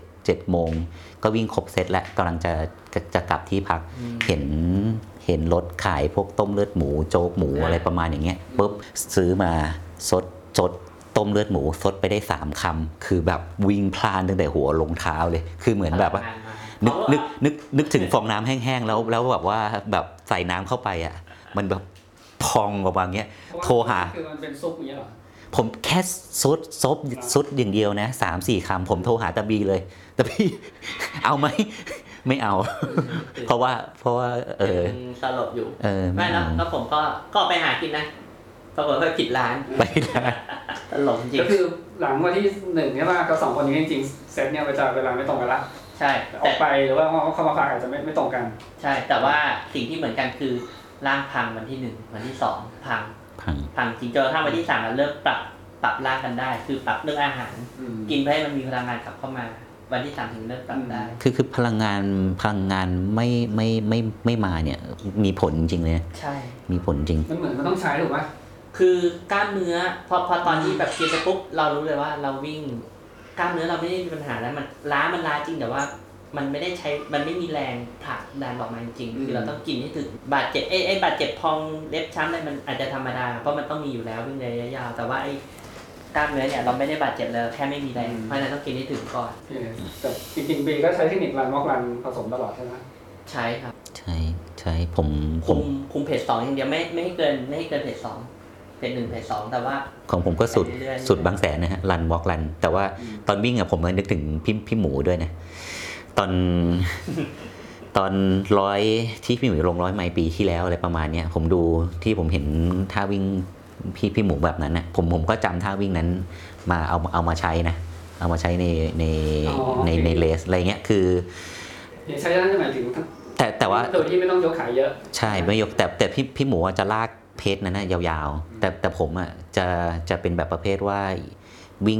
7 โมงก็วิ่งครบเซตแล้วกำลังจะกลับที่พักเห็นรถขายพวกต้มเลือดหมูโจ๊กหมูอะไรประมาณอย่างเงี้ยปุ๊บซื้อมาสดต้มเลือดหมูสดไปได้3 คำคือแบบวิ่งพลานตั้งแต่หัวลงเท้าเลยคือเหมือนแบบว่านึกถึงฟองน้ำแห้งๆแล้วแบบว่าแบบใส่น้ำเข้าไปอ่ะมันแบบพองประมาณเงี้ยโทรหาคือมันเป็นซุปอย่างเงี้ยหรอผมแค่ซดอย่างเดียวนะ 3-4 คำผมโทรหาตาบีเลยตาบีเอาไหมไม่เอาเพราะว่าสลบอยู่ไม่แล้วผมก็ไปหากินนะปรากฏว่าผิดร้านตลกจริงก็คือหลังวันที่1เนี่ยว่าก็2คนนี้จริงๆเซตเนี่ยเวลาไม่ตรงกันละใช่ออกไปหรือว่าเข้ามาฝากอาจจะไม่ตรงกันใช่แต่ว่าสิ่งที่เหมือนกันคือร่างพังวันที่1วันที่2พังจริงจนถ้าวันที่3มันเริ่มปรับร่างกันได้คือปรับเรื่องอาหารกินเพื่อให้มันมีพลังงานกลับเข้ามาวันที่3ถึงเริ่มปรับได้คือพลังงานไม่มาเนี่ยมีผลจริงเลยใช่มีผลจริงมันเหมือนมันต้องใช้ถูกไหมคือกล้ามเนื้อพอตอนที่แบบกินไปปุ๊บเรารู้เลยว่าเราวิ่งกล้ามเนื้อเราไม่ได้มีปัญหาแล้วมันล้าจริงแต่ว่ามันไม่ได้ใช้มันไม่มีแรงผลักดันออกมาจริงคือเราต้องกินให้ถึงบาดเจ็บบาดเจ็บพองเล็บช้ำอะไรมันอาจจะธรรมดาเพราะมันต้องมีอยู่แล้ววิ่งระยะยาวแต่ว่าไอ้กล้ามเนื้อเนี่ยเราไม่ได้บาดเจ็บเลยแค่ไม่มีแรงเพราะฉะนั้นต้องกินให้ถึงก่อนแต่จริงๆบีก็ใช้เทคนิครันวอล์กรันผสมตลอดใช่ไหมใช่ครับใช่ผมคุมเพจ2อย่างเดียวไม่ให้เกินเพจ2เพจ1เพจ2แต่ว่าของผมก็สุดบางแสนนะฮะรันวอล์กรันแต่ว่าตอนวิ่งอะผมนึกถึงพี่หมูด้วยนะตอน100ที่พี่หมูลง100 ไมล์ปีที่แล้วอะไรประมาณนี้ผมดูที่ผมเห็นท่าวิ่งพี่หมูแบบนั้นนะผมก็จำท่าวิ่งนั้นมาเอามาใช้นะเอามาใช้ในเลสอะไรเงี้ยคือใช้ได้หมายถึงแต่ว่าโดยที่ไม่ต้องยกขาเยอะใช่ไม่ยกแต่พี่หมูจะลากเพจนั้นนะยาวๆแต่ผมอ่ะจะเป็นแบบประเภทว่าวิ่ง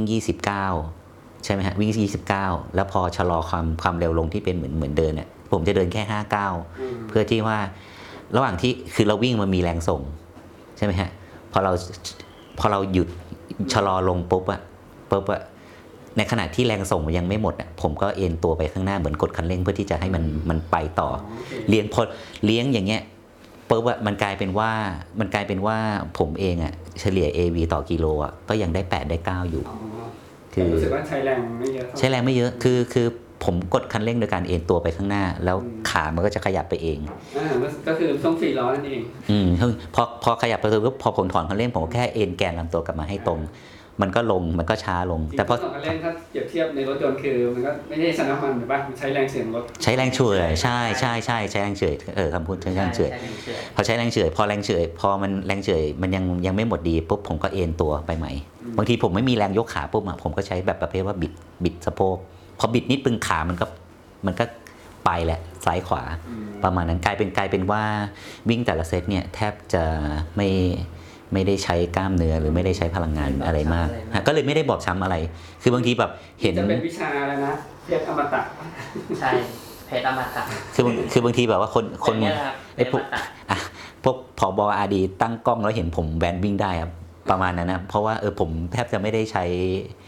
29ใช่ไหมฮะวิ่ง29แล้วพอชะลอความเร็วลงที่เป็นเหมือนเดินเนี่ยผมจะเดินแค่59เพื่อที่ว่าระหว่างที่คือเราวิ่งมันมีแรงส่งใช่ไหมฮะพอเราหยุดชะลอลงปุ๊บอะในขณะที่แรงส่งมันยังไม่หมดอะผมก็เอ็นตัวไปข้างหน้าเหมือนกดคันเร่งเพื่อที่จะให้มันไปต่อเลี้ยงอย่างเงี้ยปุ๊บอะมันกลายเป็นว่าผมเองอะเฉลี่ย AV ต่อกิโลอะก็ยังได้8ได้9อยู่คือรู้สึกว่าใช้แรงไม่เยอะคือผมกดคันเร่งโดยการเอ็นตัวไปข้างหน้าแล้วขามันก็จะขยับไปเองก็คือช่วง4ล้อนั่นเองพอขยับไปปุ๊บพอผมถอนคันเร่งผมก็แค่เอ็นแกนลำตัวกลับมาให้ตรงมันก็ลงมันก็ช้าลงแต่พอคันเร่งถ้าเปรียบเทียบในรถยนต์คือมันก็ไม่ใช่ใช้น้ำมันหรือป่ะมันใช้แรงเฉื่อยรถใช้แรงเฉื่อยใช่ใช้แรงเฉื่อยคำพูดใช้แรงเฉื่อยพอใช้แรงเฉื่อยพอมันแรงเฉื่อยมันยังไม่หมดดีปุ๊บผมก็เอ็นตัวไปใหม่บางทีผมไม่มีแรงยกขาปุ๊บผมก็ใช้แบบประเภทว่าบิดสะโพกพอบิดนิดปึงขามันก็ไปแหละซ้ายขวาประมาณนั้นกลายเป็นว่าวิ่งแต่ละเซตเนี่ยแทบจะไม่ได้ใช้กล้ามเนื้อหรือไม่ได้ใช้พลังงานอะไรมากก็เลยไม่ได้บอบช้ำอะไรคือบางทีแบบเห็นจะเป็นวิชาอะไรนะเพชรอมตะใช่เพชรอมตะคือบางทีแบบว่าคนไอ้พวกผบ.อาร์ดีตั้งกล้องแล้วเห็นผมแบนวิ่งได้ครับประมาณนั้นนะเพราะว่าผมแทบจะไม่ได้ใช้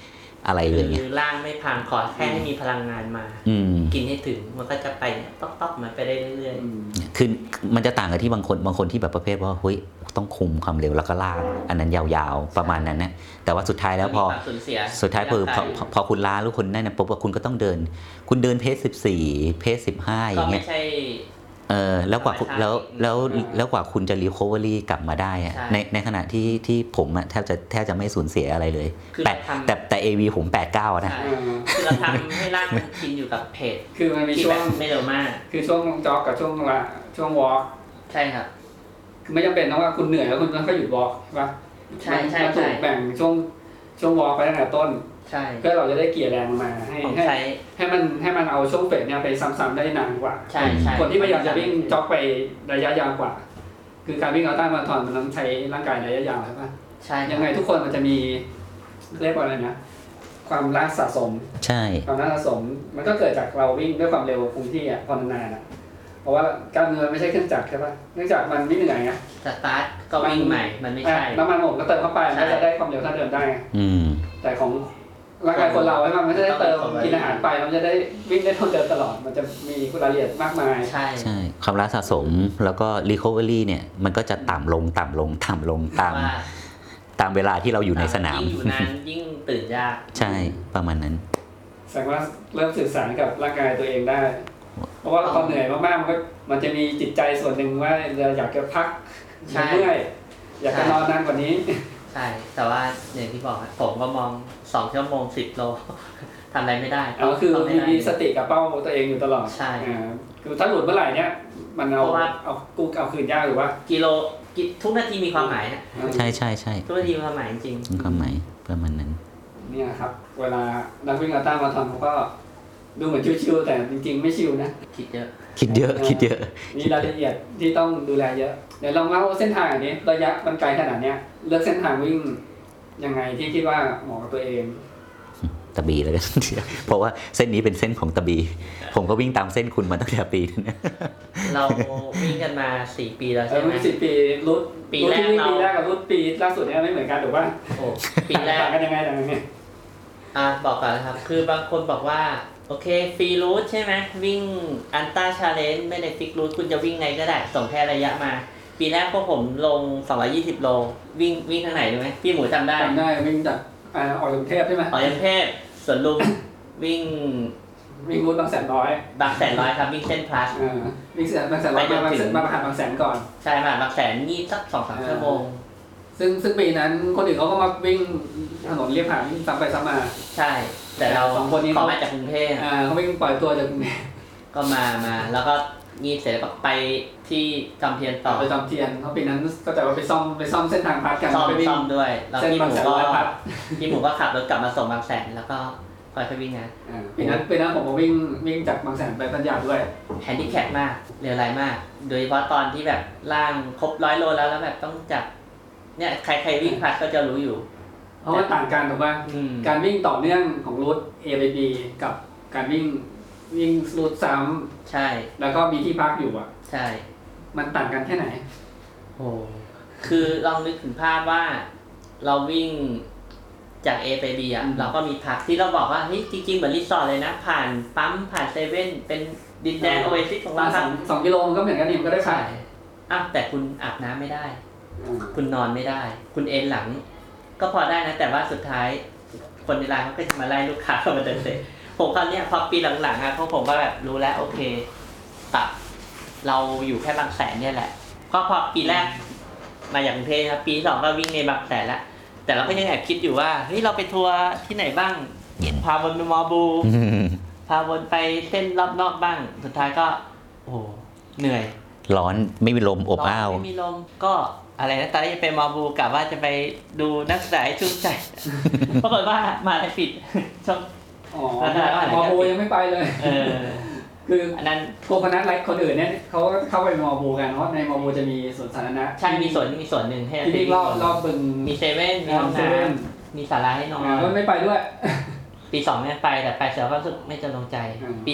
อะไรเลยไงคือร่างไม่พังขอแค่ให้มีพลังงานมากินให้ถึงมันก็จะไปต๊อกๆมันไปได้เรื่อยๆคือมันจะต่างกับที่บางคนที่แบบประเภทว่าเฮ้ยต้องคุมความเร็วแล้วก็ลากอันนั้นยาวๆประมาณนั้นนะแต่ว่าสุดท้ายแล้วพอสุดท้ายพอคุณล้าหรือคุณนั่นเนี่ยปุ๊บคุณก็ต้องเดินคุณเดินเพจ14เพจ15อย่างเงี้ยแล้วกว่าแล้วกว่าคุณจะรีคอเวอรี่กลับมาได้ในขณะที่ผมแทบจะไม่สูญเสียอะไรเลยแต่ AV ผม89นะคือเราทำให้ร่างมันชินอยู่กับเพจคือมันมีช่วงไม่เร็วมากคือช่วงจ็อกกับช่วงวอล์กใช่ครับคือไม่จำเป็นนะว่าคุณเหนื่อยแล้วคุณต้องหยุดวอล์กใช่ปะใช่ถูกแบ่งช่วงวอล์กไปตั้งแต่ต้นเพื่อเราจะได้เกลี่ยแรงมาให้มันเอาช่วงเฟสเนี่ยไปซ้ำๆได้นานกว่าคนที่พยายามจะวิ่งจ็อกไประยะยาวกว่าคือการวิ่งอัลตร้ามาราธอนมันต้องใช้ร่างกายระยะยาวใช่ปะใช่ยังไงทุกคนมันจะมีเรียกว่าอะไรนะความรักสะสมใช่ความรักสะสมมันก็เกิดจากเราวิ่งด้วยความเร็วคงที่พอนานๆเพราะว่ากล้ามเนื้อไม่ใช่เครื่องจักรใช่ปะเนื่องจากมันไม่เหนื่อยไงสตาร์ทก็วิ่งใหม่มันไม่ใช่น้ำมันหมดก็เติมเข้าไปมันจะได้ความเร็วเท่าเดิมได้แต่ของร่างกายคนเราใช่ไหมมันจะได้เติมกินอาหารไปมันจะได้วิ่งได้เท่าเดิมตลอดมันจะมีรายละเอียดมากมายใช่ความรักสะสมแล้วก็ recovery เนี่ยมันก็จะต่ำลงตามเวลาที่เราอยู่ในสนามยิ่งอยู่นานยิ่งตื่นยากใช่ประมาณนั้นแสดงว่าเริ่มสื่อสารกับร่างกายตัวเองได้เพราะว่าตอนเหนื่อยมากๆมันจะมีจิตใจส่วนหนึ่งว่าเราอยากจะพักเมื่อยอยากจะนอนนานกว่านี้ใช่แต่ว่าอย่างที่บอกผมก็มอง2 ชั่วโมง 10 โลทำอะไรไม่ได้คือมีสติกับเป้าตัวเองอยู่ตลอดใช่คือถ้าหลุดเมื่อไหร่เนี่ยมันเอาคืนยากหรือว่ากิโลทุกนาทีมีความหมายใช่ทุกนาทีมีความหมายจริงความหมายประมาณนั้นเนี่ยครับเวลานักวิ่งอัลตร้ามาราธอนเขาก็ดูเหมือนชิวๆแต่จริงๆไม่ชิวนะคิดเยอะมีรายละเอียดที่ต้องดูแลเยอะเดี๋ยวลองเล่าเส้นทางอันนี้ระยะมันไกลขนาดเนี้ยเลือกเส้นทางวิ่งยังไงที่คิดว่าเหมาะกับตัวเองตะบีเลยกันเพราะว่าเส้นนี้เป็นเส้นของตะบีผมก็วิ่งตามเส้นคุณมาตั้งแต่ปีนึงเราวิ่งกันมา4 ปีแล้วใช่ไหม 10 ปีรุ่นปีแรกกับรุ่นปีล่าสุดเนี่ยไม่เหมือนกันถูกป่ะปีแรกกันยังไงเนี่ยบอกก่อนนะครับคือบางคนบอกว่าโอเคฟรีรูทใช่ไหมวิ่งอัลตร้าชาเลนจ์ไม่ได้ฟิกรูทคุณจะวิ่งไงก็ได้ส่งแค่ระยะมาปีแรกพวกผมลง220 โลวิ่งทางไหนรู้ไหมพี่หมูจำได้วิ่งจากออกกรุงเทพใช่ไหมออกกรุงเทพสวนลุมวิ่งรูทบางแสนร้อยครับวิ่งเส้นพลัสวิ่งเส้นบางแสนร้อยมาประหารบางแสนก่อนใช่มาบางแสนนี่สัก 2-3 ชั่วโมงซึ่งปีนั้นคนอื่นเขาก็มาวิ่งถนนเรียบหาดวิ่งซ้ำไปซ้ำมาใช่แต่เรา2 คนนี้เขามาจากกรุงเทพเขาวิ่งปล่อยตัวจากกรุงเทพก็มาแล้วก็งีเสร็จแล้วก็ไปที่จอมเทียนต่อไปจอมเทียนเพราะปีนั้นก็จะไปซ่อมเส้นทางพัดกันไปซ่อมด้วยแล้วพี่หมูก็ขับรถกลับมาส่งบางแสนแล้วก็ค่อยๆวิ่งนะปีนั้นผมก็วิ่งจากบางแสนไปพัทยาด้วยแฮนดิแคปมากเร็วไรมากโดยเฉพาะตอนที่แบบล่างครบ100 โลแล้วแบบต้องจับเนี่ยใครวิ่งพัดก็จะรู้อยู่เพราะว่าต่างกันถูกป่ะการวิ่งต่อเนื่องของรูท A ไป B กับการวิ่งรูทซ้ำใช่แล้วก็มีที่พักอยู่อ่ะใช่มันต่างกันแค่ไหนโอ้คือลองนึกถึงภาพว่าเราวิ่งจาก A ไป B อ่ะเราก็มีพักที่เราบอกว่าเฮ้ยจริงๆเหมือนรีสอร์ทเลยนะผ่านปั๊มผ่านเซเว่นเป็นดินแดนโอเอซิสของเราครับ 2 กิโลมันก็เหมือนกันนี่มันก็ได้พักแต่คุณอาบน้ำไม่ได้คุณนอนไม่ได้คุณเอนหลังก็พอได้นะแต่ว่าสุดท้ายคนในร้านเขาก็จะมาไล่ลูกค้าเข้ามาเดินเตะผมคราวนี้พอปีหลังๆพวกผมก็แบบรู้แล้วโอเคตัดเราอยู่แค่บางแสนเนี่ยแหละก็พอปีแรกมาจากกรุงเทพครับปี2ก็วิ่งในบางแสนแล้วแต่เราก็ยังแอบคิดอยู่ว่าเฮ้ยเราไปทัวร์ที่ไหนบ้างพาวนไปมอบูพาวนไปเส้นรอบนอกบ้างสุดท้ายก็โอ้เหนื่อยร้อนไม่มีลมอบอ้าวไม่มีลมก็อะไรนะตอนแรกจะไปมอบูกะว่าจะไปดูนักศึกษาชุ่มใจปรากฏว่ามาได้ปิดช่วงมอบูยังไม่ไปเลยคืออันนั้นพวกคณะไลฟ์คนอื่นเนี่ยเขาเข้าไปมอบูกันเพราะในมอบูจะมีสวนสาธารณะใช่มีสวนหนึ่งให้ที่รอบบึงมีเซเว่นมีห้องน้ำมีศาลาให้นอนก็ไม่ไปด้วยปี2ไม่ไปแต่ไปเสร็จก็รู้สึกไม่จะลงใจปี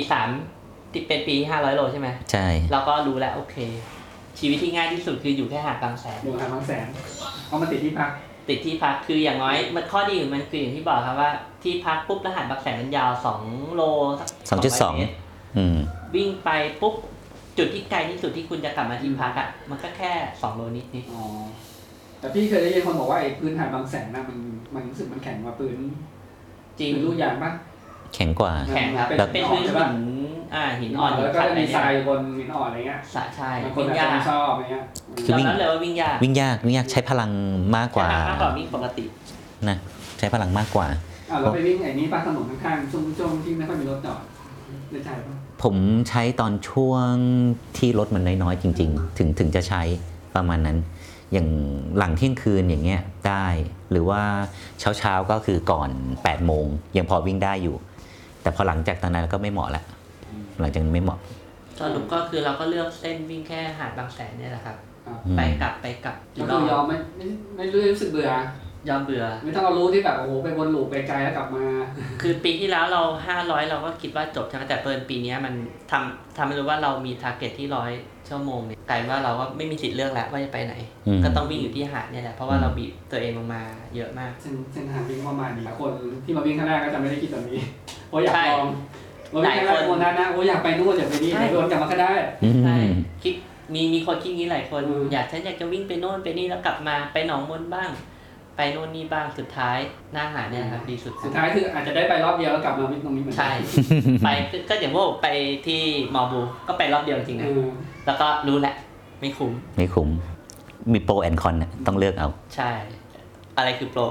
3ที่เป็นปี500 โลใช่ไหมใช่เราก็รู้แล้วโอเคชีวิตที่ง่ายที่สุดคืออยู่แค่หาดบางแสนอยู่หาดบางแสนเพราะมันติดที่พักติดที่พักคืออย่างน้อยมันข้อดีของมันคืออย่างที่บอกครับว่าที่พักปุ๊บรหัสบางแสนมันยาว2 โลสัก 2.2 วิ่งไปปุ๊บจุดที่ไกลที่สุดที่คุณจะกลับมาที่พักอ่ะมันก็แค่2 โลนิดอ๋อแต่พี่เคยได้ยินคนบอกว่าไอ้พื้นหาดบางแสนน่ะมันรู้สึกมันแข็งกว่าพื้นจริงลูกยางป่ะแข็งกว่าแข็งครับเป็นพื้นหินอ่อนแล้วก็จะมีทรายบนหินอ่อนอะไรเงี้ยใช่คนอาจจะชอบอะไรเงี้ยคือวิ่งเลยว่าวิ่งยากใช้พลังมากกว่าวิ่งปกตินะใช้พลังมากกว่าเราไปวิ่งไอ้นี้ป่ะถนนข้างๆช่วงที่ไม่ค่อยมีรถจอดได้ใช่ป่ะผมใช้ตอนช่วงที่รถมันน้อยๆจริงๆถึงจะใช้ประมาณนั้นอย่างหลังเที่ยงคืนอย่างเงี้ยได้หรือว่าเช้าก็คือก่อน8 โมงยังพอวิ่งได้อยู่แต่พอหลังจากตอนนั้นก็ไม่เหมาะละหลังจากนั้นไม่เหมาะสรุปก็คือเราก็เลือกเส้นวิ่งแค่หาดบางแสนเนี่ยแหละครับไปกลับก็ยอมไม่รู้สึกเบื่อยอมเบื่อไม่ต้องเรารู้ที่แบบโอ้โหไปวนลูปไปไกลแล้วกลับมาคือปีที่แล้วเรา500เราก็คิดว่าจบใช่ไหมแต่เปิดปีนี้มันทำให้รู้ว่าเรามีทาร์เก็ตที่100 ชั่วโมงเนี่ยกลายว่าเราก็ไม่มีสิทธิ์เลือกแล้วว่าจะไปไหนก็ต้องวิ่งอยู่ที่หาดเนี่ยแหละเพราะว่าเราบีบตัวเองลงมาเยอะมากเส้นทางวิ่งประมาณนี้คนที่มาวิ่งครั้งแรกก็จะไม่ได้คิดแบบนี้เพราะอยากลองหลายคนนะโอ้อยากไปนู่นอยากไปนี่เดี๋ยวโดนกลับมาก็ได้ใช่คิดมีคนคิดงี้หลายคนฉันอยากจะวิ่งไปโน่นไปนี่แล้วกลับมาไปหนองมนบ้างไปโน่นนี่บ้างสุดท้ายหน้าหาดเนี่ยครับดีสุดท้ายคืออาจจะได้ไปรอบเดียวแล้วกลับมาวิ่งตรงนี้เหมือนใช่ไปก็อย่างว่าไปที่มอบูก็ไปรอบเดียวจริงๆนะแล้วก็รู้แหละไม่คุ้มมีโปรแอนคอนต้องเลือกเอาใช่อะไรคือโปร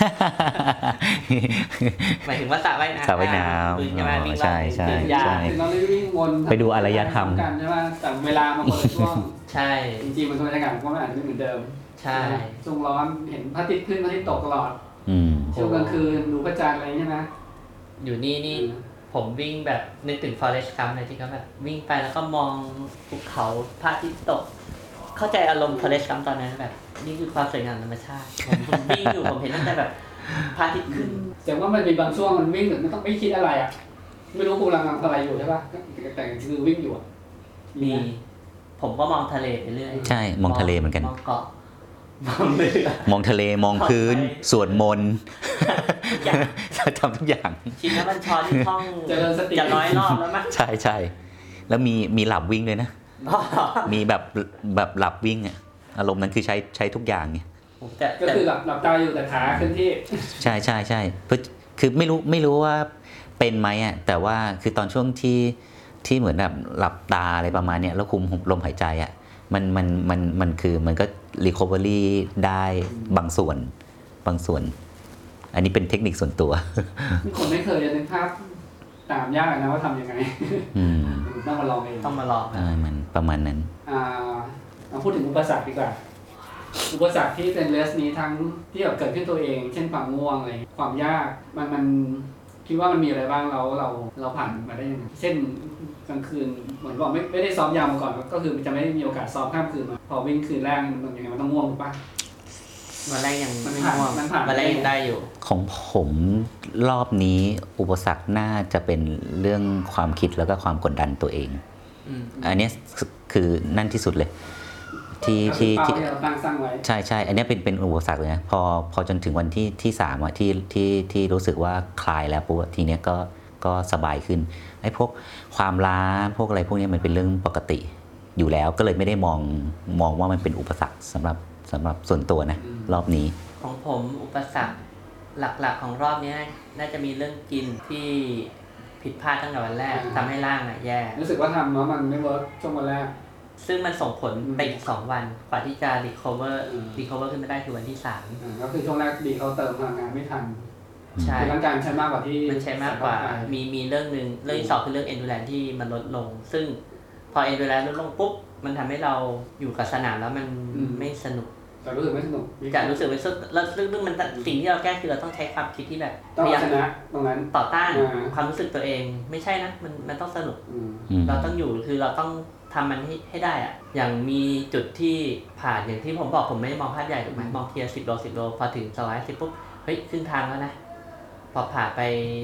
หมายถึงว่าสระว่ายน้ำใช่ไปดูอารยธรรมกันใช่ไหมแต่เวลามันคนละช่วงใช่จริงๆมันบรรยากาศก็อาจจะไม่เหมือนเดิมใช่ช่วงร้อนเห็นพระอาทิตย์ขึ้นพระอาทิตย์ตกตลอดช่วงกลางคืนดูพระจันทร์อะไรใช่ไหมอยู่นี่ผมวิ่งแบบนึกถึง Forest Gump เลยที่เขาแบบวิ่งไปแล้วก็มองภูเขาพระอาทิตย์ตกเข้าใจอารมณ์ Forest Gump ตอนนั้นแบบนี่คือความสวยงามธรรมชาติผมวิ่งอยู่ผมเห็นตั้งแต่แบบพระอาทิตย์ขึ้นแต่ว่ามันมีบางช่วงมันวิ่งแบบไม่ต้องไม่คิดอะไรอ่ะไม่รู้กูกำลังทำอะไรอยู่ใช่ป่ะแต่คือวิ่งอยู่มีผมก็มองทะเลไปเรื่อยใช่มองทะเลเหมือนกันมองเกาะมองทะเลมองพื้นสวดมนต์ทำทุกอย่างชินแล้วมันช้อนที่ท่องจะ100 รอบแล้วมั้ยใช่แล้วมีหลับวิ่งด้วยนะมีแบบหลับวิ่งอ่ะอารมณ์นั้นคือใช้ทุกอย่างไงก็คือหลับตาอยู่แต่ขาขึ้นที่ใช่คือไม่รู้ว่าเป็นไหมอ่ะแต่ว่าคือตอนช่วงที่เหมือนแบบหลับตาอะไรประมาณเนี้ยแล้วคุมลมหายใจอ่ะมันคือมันก็ recovery ได้บางส่วนอันนี้เป็นเทคนิคส่วนตัวคนไม่เคยจะนึกภาพตามยากนะว่าทำยังไงต้องมาลองเองมันประมาณนั้นเราพูดถึงอุปสรรคดีกว่าอุปสรรคที่เป็นเลสนี้ทั้งที่แบบเกิดขึ้นตัวเองเช่นความง่วงอะไรความยากมันคิดว่ามันมีอะไรบ้างเราผ่านมาได้ยังไงเช่นกลางคืนเหมือนบอกไม่ได้ซ้อมยาวมาก่อนก็คือจะไม่ได้มีโอกาสซ้อมข้ามคืนมาพอวิ่งคืนแรกมันยังไงมันต้องง่วงถูกปะวันแรกยังไม่ง่วงวันแรกยังได้อยู่ของผมรอบนี้อุปสรรคน่าจะเป็นเรื่องความคิดแล้วก็ความกดดันตัวเองอันนี้คือนั่นที่สุดเลยที่เราตั้งสร้างไว้ใช่อันนี้เป็นอุปสรรคเลยนะพอจนถึงวันที่3อ่ะที่รู้สึกว่าคลายแล้วปุ๊บทีเนี้ยก็สบายขึ้นไอ้พวกความล้าพวกอะไรพวกนี้มันเป็นเรื่องปกติอยู่แล้วก็เลยไม่ได้มองว่ามันเป็นอุปสรรคสำหรับส่วนตัวนะรอบนี้ของผมอุปสรรคหลักๆของรอบนี้น่าจะมีเรื่องกินที่ผิดพลาดตั้งแต่วันแรกทำให้ร่างแย่รู้สึกว่าทำแล้วมันไม่เวิร์กช่วงวันแรกซึ่งมันส่งผลไปอีก2 วันกว่าที่จะ recover ขึ้นมาได้คือวันที่3 ก็คือช่วงแรกดีเขาเติมพลังงานไม่ทันใช่ร่างกายใช้มากกว่าที่มันใช้มากกว่ามีเรื่องนึงเรื่องที่2คือเรื่อง endurance ที่มันลดลงซึ่งพอ endurance ลดลงปุ๊บมันทำให้เราอยู่กับสนามแล้วมันไม่สนุกจะรู้สึกไม่สนุกจะรู้สึกไม่สนุกแล้วซึ่งมันสิ่งที่เราแก้คือเราต้องใช้ความคิดที่แบบพยายามชนะตรงนั้นต่อต้านความรู้สึกตัวเองไม่ใช่นะมันต้องสนุกเราต้องอยู่คือเราต้องทำมันให้ได้อะอย่างมีจุดที่ผ่านอย่างที่ผมบอกผมไม่ได้มองภาพใหญ่ถูกไหมมองเทียร์10 โลพอถึง210ปุ๊บเฮ้ยครึ่งทางแล้วนะพอผ่านไป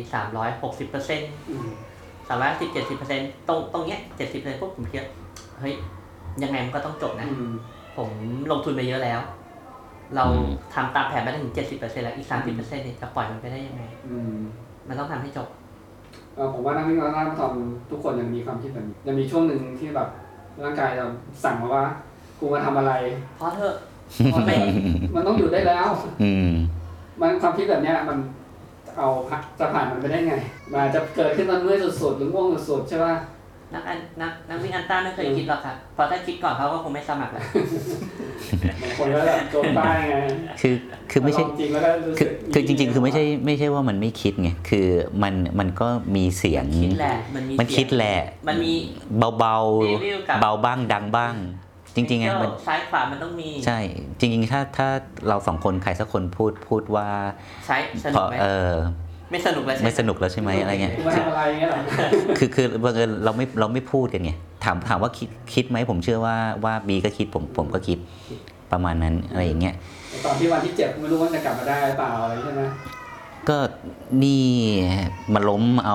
360% 310-70% ตรงเนี้ย 70% ปุ๊บผมคิดเฮ้ยยังไงมันก็ต้องจบนะผมลงทุนไปเยอะแล้วเราทำตามแผนไปถึง 70% แล้วอีก 30% เนี่ยจะปล่อยมันไปได้ยังไงมันต้องทำให้จบผมว่านักวิ่งมาราธอนทุกคนยังมีความคิดแบบนี้ยังมีช่วงหนึ่งที่แบบร่างกายเราสั่งมาว่ากูมาทำอะไรพอเถอะมันต้องหยุดได้แล้วมันความคิดแบบนี้มันเอาจะผ่านมันไปได้ไงมันจะเกิดขึ้นตอนเมื่อยสุดๆหรือง่วงสุดๆใช่ป่ะนักวิ่งอันต้าไม่เคยคิดหรอกครับพอถ้าคิดก่อนเขาก็คงไม่สมัครแล้วบางคนก็แบบโจมป้ายไงคือไม่ใช่คือจริงๆคือไม่ใช่ว่ามันไม่คิดไงคือมันก็มีเสียงมันคิดแหละมันมีเบาเบาบ้างดังบ้างจริงๆไงมันซ้ายขวามันต้องมีใช่จริงๆถ้าเราสองคนใครสักคนพูดว่าใช่สนุกไหมไม่สนุกแล้วใช่ไหมอะไรเงี้ยคือบังเอิญเราไม่พูดกันไงถามว่าคิดไหมผมเชื่อว่าบีก็คิดผมก็คิดประมาณนั้นอะไรอย่างเงี้ยตอนที่วันที่เจ็บไม่รู้ว่าจะกลับมาได้เปล่าอะไรใช่ไหมก็นี่มาล้มเอา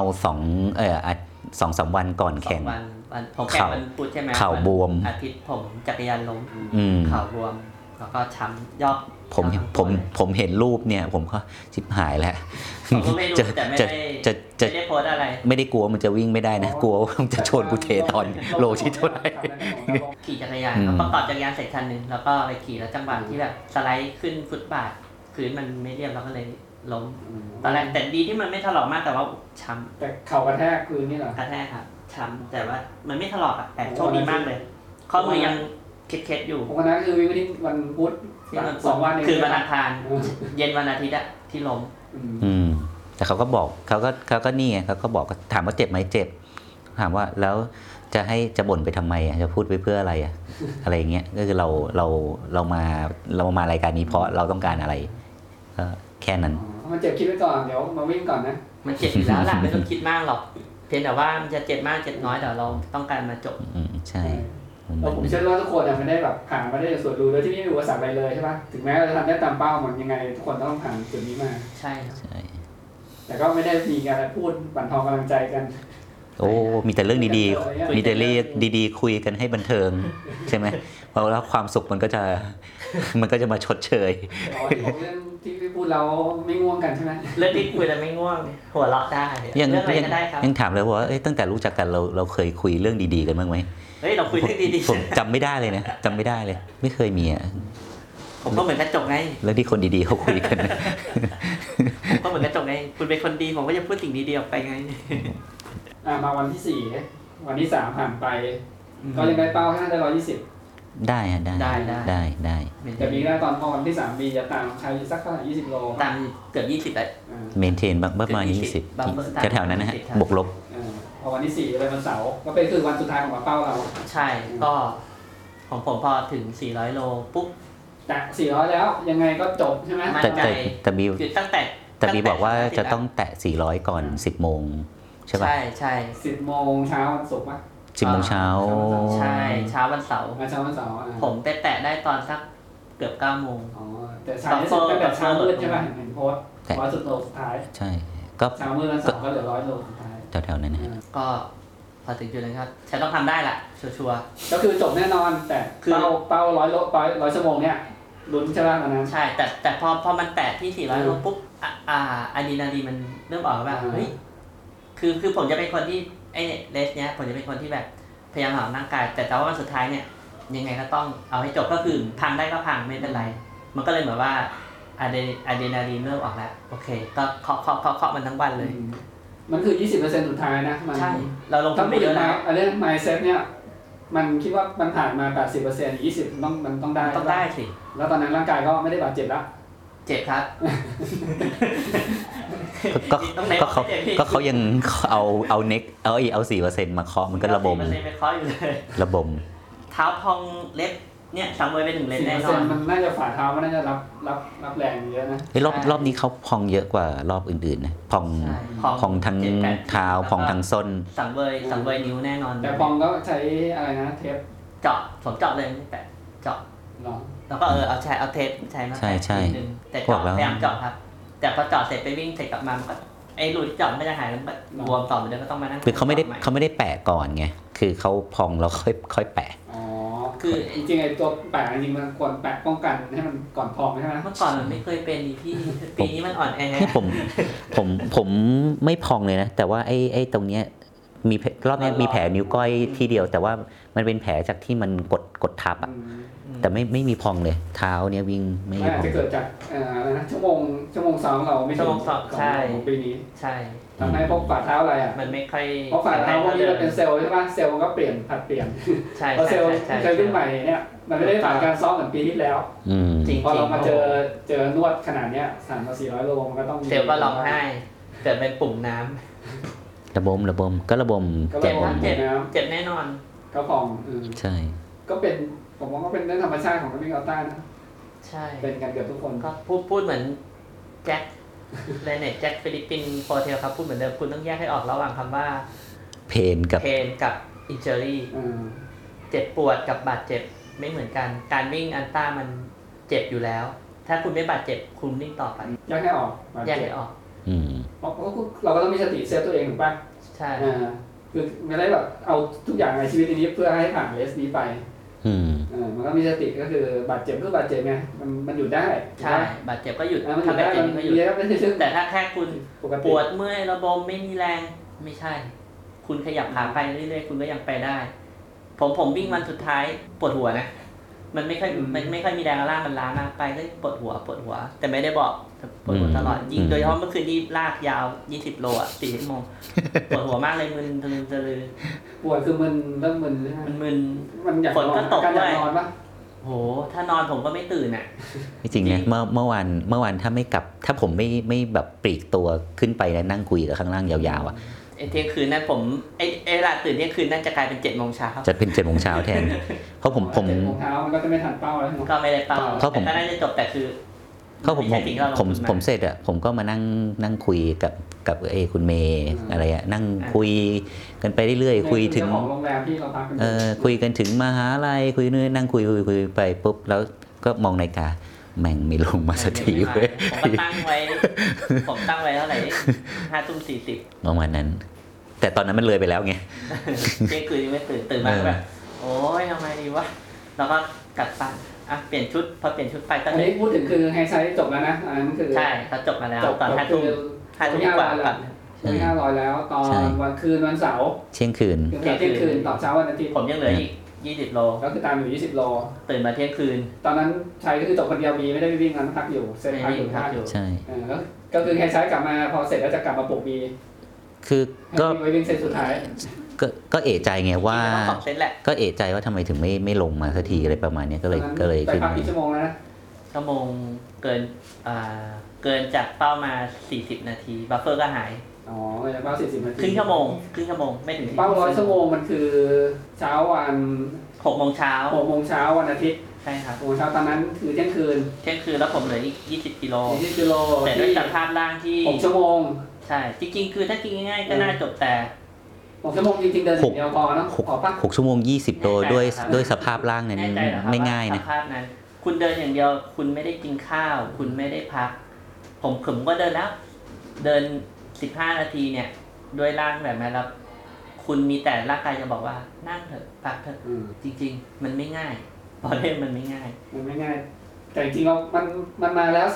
2-3 วันก่อนแข่งผมแข่งวันพุธใช่ไหมเข่าบวมอาทิตย์ผมจักรยานล้มเข่าบวมแล้วก็ช้ำยอกผมเห็นรูปเนี่ยผมก็ชิบหายแล้วแต่ไม่ได้โพสอะไรไม่ได้กลัวมันจะวิ่งไม่ได้นะกลัวว่ามันจะชนกูเทตอนโลที่เท่าไหร่ขี่จักรยานประกอบจักรยานเสร็จคันนึงแล้วก็ไปขี่แล้วจังหวะที่แบบสไลด์ขึ้นฟุตบาทพื้นมันไม่เรียบเราก็เลยล้มตอนแรกแต่ดีที่มันไม่ถลอกมากแต่ว่าช้ำแต่เข่ากระแทกพื้นนี่เหรอกระแทกครับช้ำแต่ว่ามันไม่ถลอกแต่โชคดีมากเลยข้อมือยังเคล็ดอยู่วันนั้นคือวิ่งที่วันพุธ2 วันคือวันอังคารเย็นวันอาทิตย์ที่ล้มแต่เขาก็บอกเขาก็นี่ไงเขาก็บอกถามว่าเจ็บไหมเจ็บถามว่าแล้วจะบ่นไปทำไมจะพูดไปเพื่ออะไรอะไรอย่างเงี้ยก็คือเรามารายการนี้เพราะเราต้องการอะไรก็แค่นั้นมันเจ็บคิดไว้ก่อนเดี๋ยวมาวิ่งก่อนนะมันเจ็บอยู่แล้วแหละไม่ต้องคิดมากหรอกเพียงแต่ว่ามันจะเจ็บมากเจ็บน้อยเดี๋ยวเราต้องการมาจบใช่ผมเชื่อว่าทุกคนไม่ได้แบบผ่านมาได้จากส่วนรู้โดยที่ไม่มีอุปสรรคอะไรเลยใช่ป่ะถึงแม้เราจะทำได้ตามเป้ามันยังไงทุกคนต้องผ่านจุดนี้มาใช่แต่ก็ไม่ได้มีการพูดบั่นทอนกำลังใจกันโอ้มีแต่เรื่องดีๆมีแต่เรื่องดีๆคุยกันให้บันเทิงใช่ไหมเพราะแล้วความสุขมันก็จะมาชดเชยเรื่องที่พูดเราไม่ง่วงกันใช่ไหมเรื่องที่คุยแล้วไม่ง่วงหัวเราะได้เรื่องอะไรก็ได้ครับยังถามเลยว่าตั้งแต่รู้จักกันเราเคยคุยเรื่องดีๆกันบ้างไหมเราคุยเรื่องดีๆผมจำไม่ได้เลยนะจำไม่ได้เลยไม่เคยมีผมก็เหมือนกระจกไงเรื่องที่คนดีๆเขาคุยกันผมก็เหมือนกระจกไงคุณเป็นคนดีผมก็จะพูดสิ่งดีๆออกไปไงมาวันที่4วันที่3ผ่านไปก็ยังได้เป้าแค่ได้120 ได้ฮะได้แต่มีได้ตอนพอวันที่3มีจะตามใครสักเท่าไหร่20 โลตามเกือบ20เลยเมนเทนประมาณ20แถวๆนั้นนะฮะบวกลบพอวันที่4เลยวันเสาร์ก็เป็นคือวันสุดท้ายของเป้าเราใช่ก็ของผมพอถึง400 โลปุ๊บแต่400แล้วยังไงก็จบใช่ไหมแต่บีตั้งแต่บีบอกว่าจะต้องแตะ400ก่อน10 โมงใช่ป่ะใช่ 10 โมงเช้าวันศุกร์ป่ะ 10 โมงเช้าใช่เช้าวันเสาร์ผมไปแตะได้ตอนสักเกือบ9 โมงแต่เช้ามืดใช่ป่ะเห็นโพสต์100 โลสุดท้ายใช่ก็เช้ามืดวันเสาร์ก็เหลือ100 โลสุดท้ายแถวๆนั้นนะก็พอถึงจุดนั้นครับฉันต้องทำได้แหละชัวร์ก็คือจบแน่นอนแต่เป้า100 โล100 ชั่วโมงเนี่ยลุ้นใช่ป่ะตอนนั้นใช่แต่พอมันแตะที่400 โลปุ๊บอะดรีนาลีนมันเริ่มออกแบบเฮ้ยคือผมจะเป็นคนที่ไอ้เลสเนี้ยผมจะเป็นคนที่แบบพยายามหาร่างกายแต่ว่าวันสุดท้ายเนี่ยยังไงก็ต้องเอาให้จบก็คือพังได้ก็พังไม่เป็นไรมันก็เลยเหมือนว่าอะดรีนาลีนเริ่มออกแล้วโอเคก็เคาะมันทั้งวันเลยมันคือ 20% สุดท้ายนะใช่เราลงทุนไปเยอะแล้วอันนี้ mindset เนี่ยมันคิดว่ามันผ่านมา 80% 20มันต้องได้สิแล้วตอนนั้นร่างกายก็ไม่ได้บาดเจ็บแล้วเจ็บครับก็เขายังเอาเน็กเอา 4% มาเคาะมันก็ระบมระบมเท้าพองเล็บเนี่ยสังเวยไป1 เล็บแน่นอนมันน่าจะฝ่าเท้ามันน่าจะรับแรงเยอะนะรอบนี้เขาพองเยอะกว่ารอบอื่นๆนะพองทั้งเท้าพองทั้งส้นสังเวยนิ้วแน่นอนแต่พองก็ใช้อะไรนะเทปเจาะผมเจาะเลยแต่เจาะแล้วก็เอาเทปใช้มาแปะนิดนึงแต่เจาะพยายามเจาะครับแต่พอเจาะเสร็จไปวิ่งเสร็จกลับมามันก็ไอ้รูที่เจาะไม่ได้หายแล้วบวมต่อไปเดี๋ยวก็ต้องมานั่งคือเขาไม่ได้แปะก่อนไงคือเขาพองแล้วค่อยแปะคือจริงๆไอ้ตัวแปะจริงๆมันควรแปะป้องกันให้มันก่อนพองใช่ไหมเมื่อก่อนมันไม่เคยเป็นดิพี่ปีนี้มันอ่อนแอผมไม่พองเลยนะแต่ว่าไอ้ตรงเนี้ยมีรอบนี้มีแผลนิ้วก้อยที่เดียวแต่ว่ามันเป็นแผลจากที่มันกดทับอ่ะแต่ไม่มีพองเลยเท้าเนี้ยวิ่งไม่พองจะเกิดจากอะไรนะชั่วโมงซ้อมเราไม่ชั่วโมงซ้อมใช่ปีนี้ใช่ทำให้พวกฝ่าเท้าอะไรอ่ะมันไม่ค่อยเพราะฝ่าเท้าพวกนี้มันเป็นเซลล์ใช่ไหมเซลล์มันก็เปลี่ยนผัดเปลี่ยนพอเซลล์รุ่นใหม่เนี่ยมันไม่ได้ผ่านการซ้อมเหมือนปีที่แล้วพอเรามาเจอนวดขนาดเนี้ย300-400 โลมันก็ต้องเซลล์ก็ร้องไห้เกิดเป็นปุ่มน้ำระบมเจ็บแน่นอนก็พองใช่ก็เป็นผมว่าก็เป็นเรื่องธรรมชาติของนักวิ่งอัลต้านะใช่เป็นกันเกือบทุกคนก็พูดเหมือนแจ็คเรเนตแจ็คฟิลิปปินส์โฟเทลครับพูดเหมือนเดิมคุณต้องแยกให้ออกระหว่างคำว่าเพนกับอินเจอรี่เจ็บปวดกับบาดเจ็บไม่เหมือนกันการวิ่งอัลต้ามันเจ็บอยู่แล้วถ้าคุณไม่บาดเจ็บคุณวิ่งต่อไปแยกให้ออกเพราะเราก็ต้องมีสติเซฟตัวเองถูกป่ะใช่คือไม่ได้แบบเอาทุกอย่างในชีวิตนี้เพื่อให้ผ่านเรสนี้ไปมันก็มีสติก็คือบาดเจ็บก็บาดเจ็บไงมันหยุดได้ใช่บาดเจ็บก็หยุดทำได้ก็หยุดแต่ถ้าแค่คุณปวดเมื่อยระบมไม่มีแรงไม่ใช่คุณขยับขาไปเรื่อยๆคุณก็ยังไปได้ผมวิ่งวันสุดท้ายปวดหัวนะมันไม่ค่อยมีแรงล่างมันล้ามากไปก็ปวดหัวแต่ไม่ได้บอกปวดหัวตลอดยิ่งโดยเฉพาะเมื่อคืนที่ลากยาว20 โลอ่ะ4 ชั่วโมงปวดหัวมากเลยมึนตะลือปวดคือมึนเริ่มมึนมันฝนก็ตกด้วยนอนปะโหถ้านอนผมก็ไม่ตื่นอ่ะจริงนะเมื่อวานถ้าไม่กลับถ้าผมไม่แบบปลีกตัวขึ้นไปแล้วนั่งคุยกับข้างล่างยาวๆอ่ะเที่ยงคืนนั้นผมเวลาตื่นเที่ยงคืนนั่นจะกลายเป็น7 โมงเช้าจะเป็น7 โมงเช้าแทนเพราะผม 7 โมงเช้ามันก็จะไม่ทันเป้าแล้วก็ไม่ได้เป้าเพราะผมน่าจะจบแต่คือเขาผมเสร็จอ่ะผมก็มานั่งคุยกับคุณเมย์อะไรอ่ะนั่งคุยกันไปเรื่อยๆคุยถึงของโรงแรมที่เราพักกันคุยกันถึงมหาลัยคุยนั่งคุยไปปุ๊บแล้วก็มองนาฬิกาแม่งไม่ลงมาสักทีเว้ยผมตั้งไว้เท่าไหร่5:40 ประมาณนั้นแต่ตอนนั้นมันเลยไปแล้วไงเที่ยงคืนยังไม่ตื่นมาแบบโอ๊ยทำไมดีวะแล้วก็กัดฟันเปลี่ยนชุดพอเปลี่ยนชุดไปตอนนี้พูดถึงคือไฮไซต์จบแล้วนะอันนั้นคือใช่เขาจบมาแล้วตอน5 ทุ่มกว่า 500แล้วตอนวันคืนวันเสาร์เที่ยงคืนต่อเช้าวันอาทิตย์ผมยังเหลืออีก20 โลก็คือตามอยู่20 โลตื่นมาเที่ยงคืนตอนนั้นชัยก็คือจบคนเดียวมีไม่ได้ไปวิ่งนั้นพักอยู่เซตพักอยู่ใช่ก็คือไฮไซต์กลับมาพอเสร็จแล้วจะกลับมาปลุกมีคือก็ไปวิ่งเซตสุดท้ายก็เอะใจไงว่าก็เอะใจว่าทำไมถึงไม่ลงมาสักทีอะไรประมาณนี้ก็เลยขึ้นไปพักกี่ชั่วโมงแล้วนะชั่วโมงเกินจากเป้ามา40 นาทีบัฟเฟอร์ก็หายจากเป้า40 นาทีครึ่งชั่วโมงไม่ถึงเป้า100 ชั่วโมงมันคือเช้าวัน 6 โมงเช้าวันอาทิตย์ใช่ครับ 6 โมงเช้าตอนนั้นคือเที่ยงคืนแล้วผมเหลืออีก20 กิโลแต่ด้วยสภาพร่างที่ 6 ชั่วโมงใช่จริงๆคือถ้ากินง่ายๆก็น่าจบแต่ 6 ชั่วโมงจริงๆเดินเดียวพอเนาะ 6 ชั่วโมง20 โลด้วยสภาพร่างนั้นไม่ง่ายนะสภาพนั้นคุณเดินอย่างเดียวคุณไม่ได้กินข้าวคุณไม่ได้พักผมก็เดินแล้วเดิน15 นาทีเนี่ยด้วยร่างแบบนั้นแล้วคุณมีแต่ร่างกายจะบอกว่านั่งเถอะพักเถอะจริงๆมันไม่ง่ายพอเล่นมันไม่ง่ายแต่จริงๆมันมาแล้ว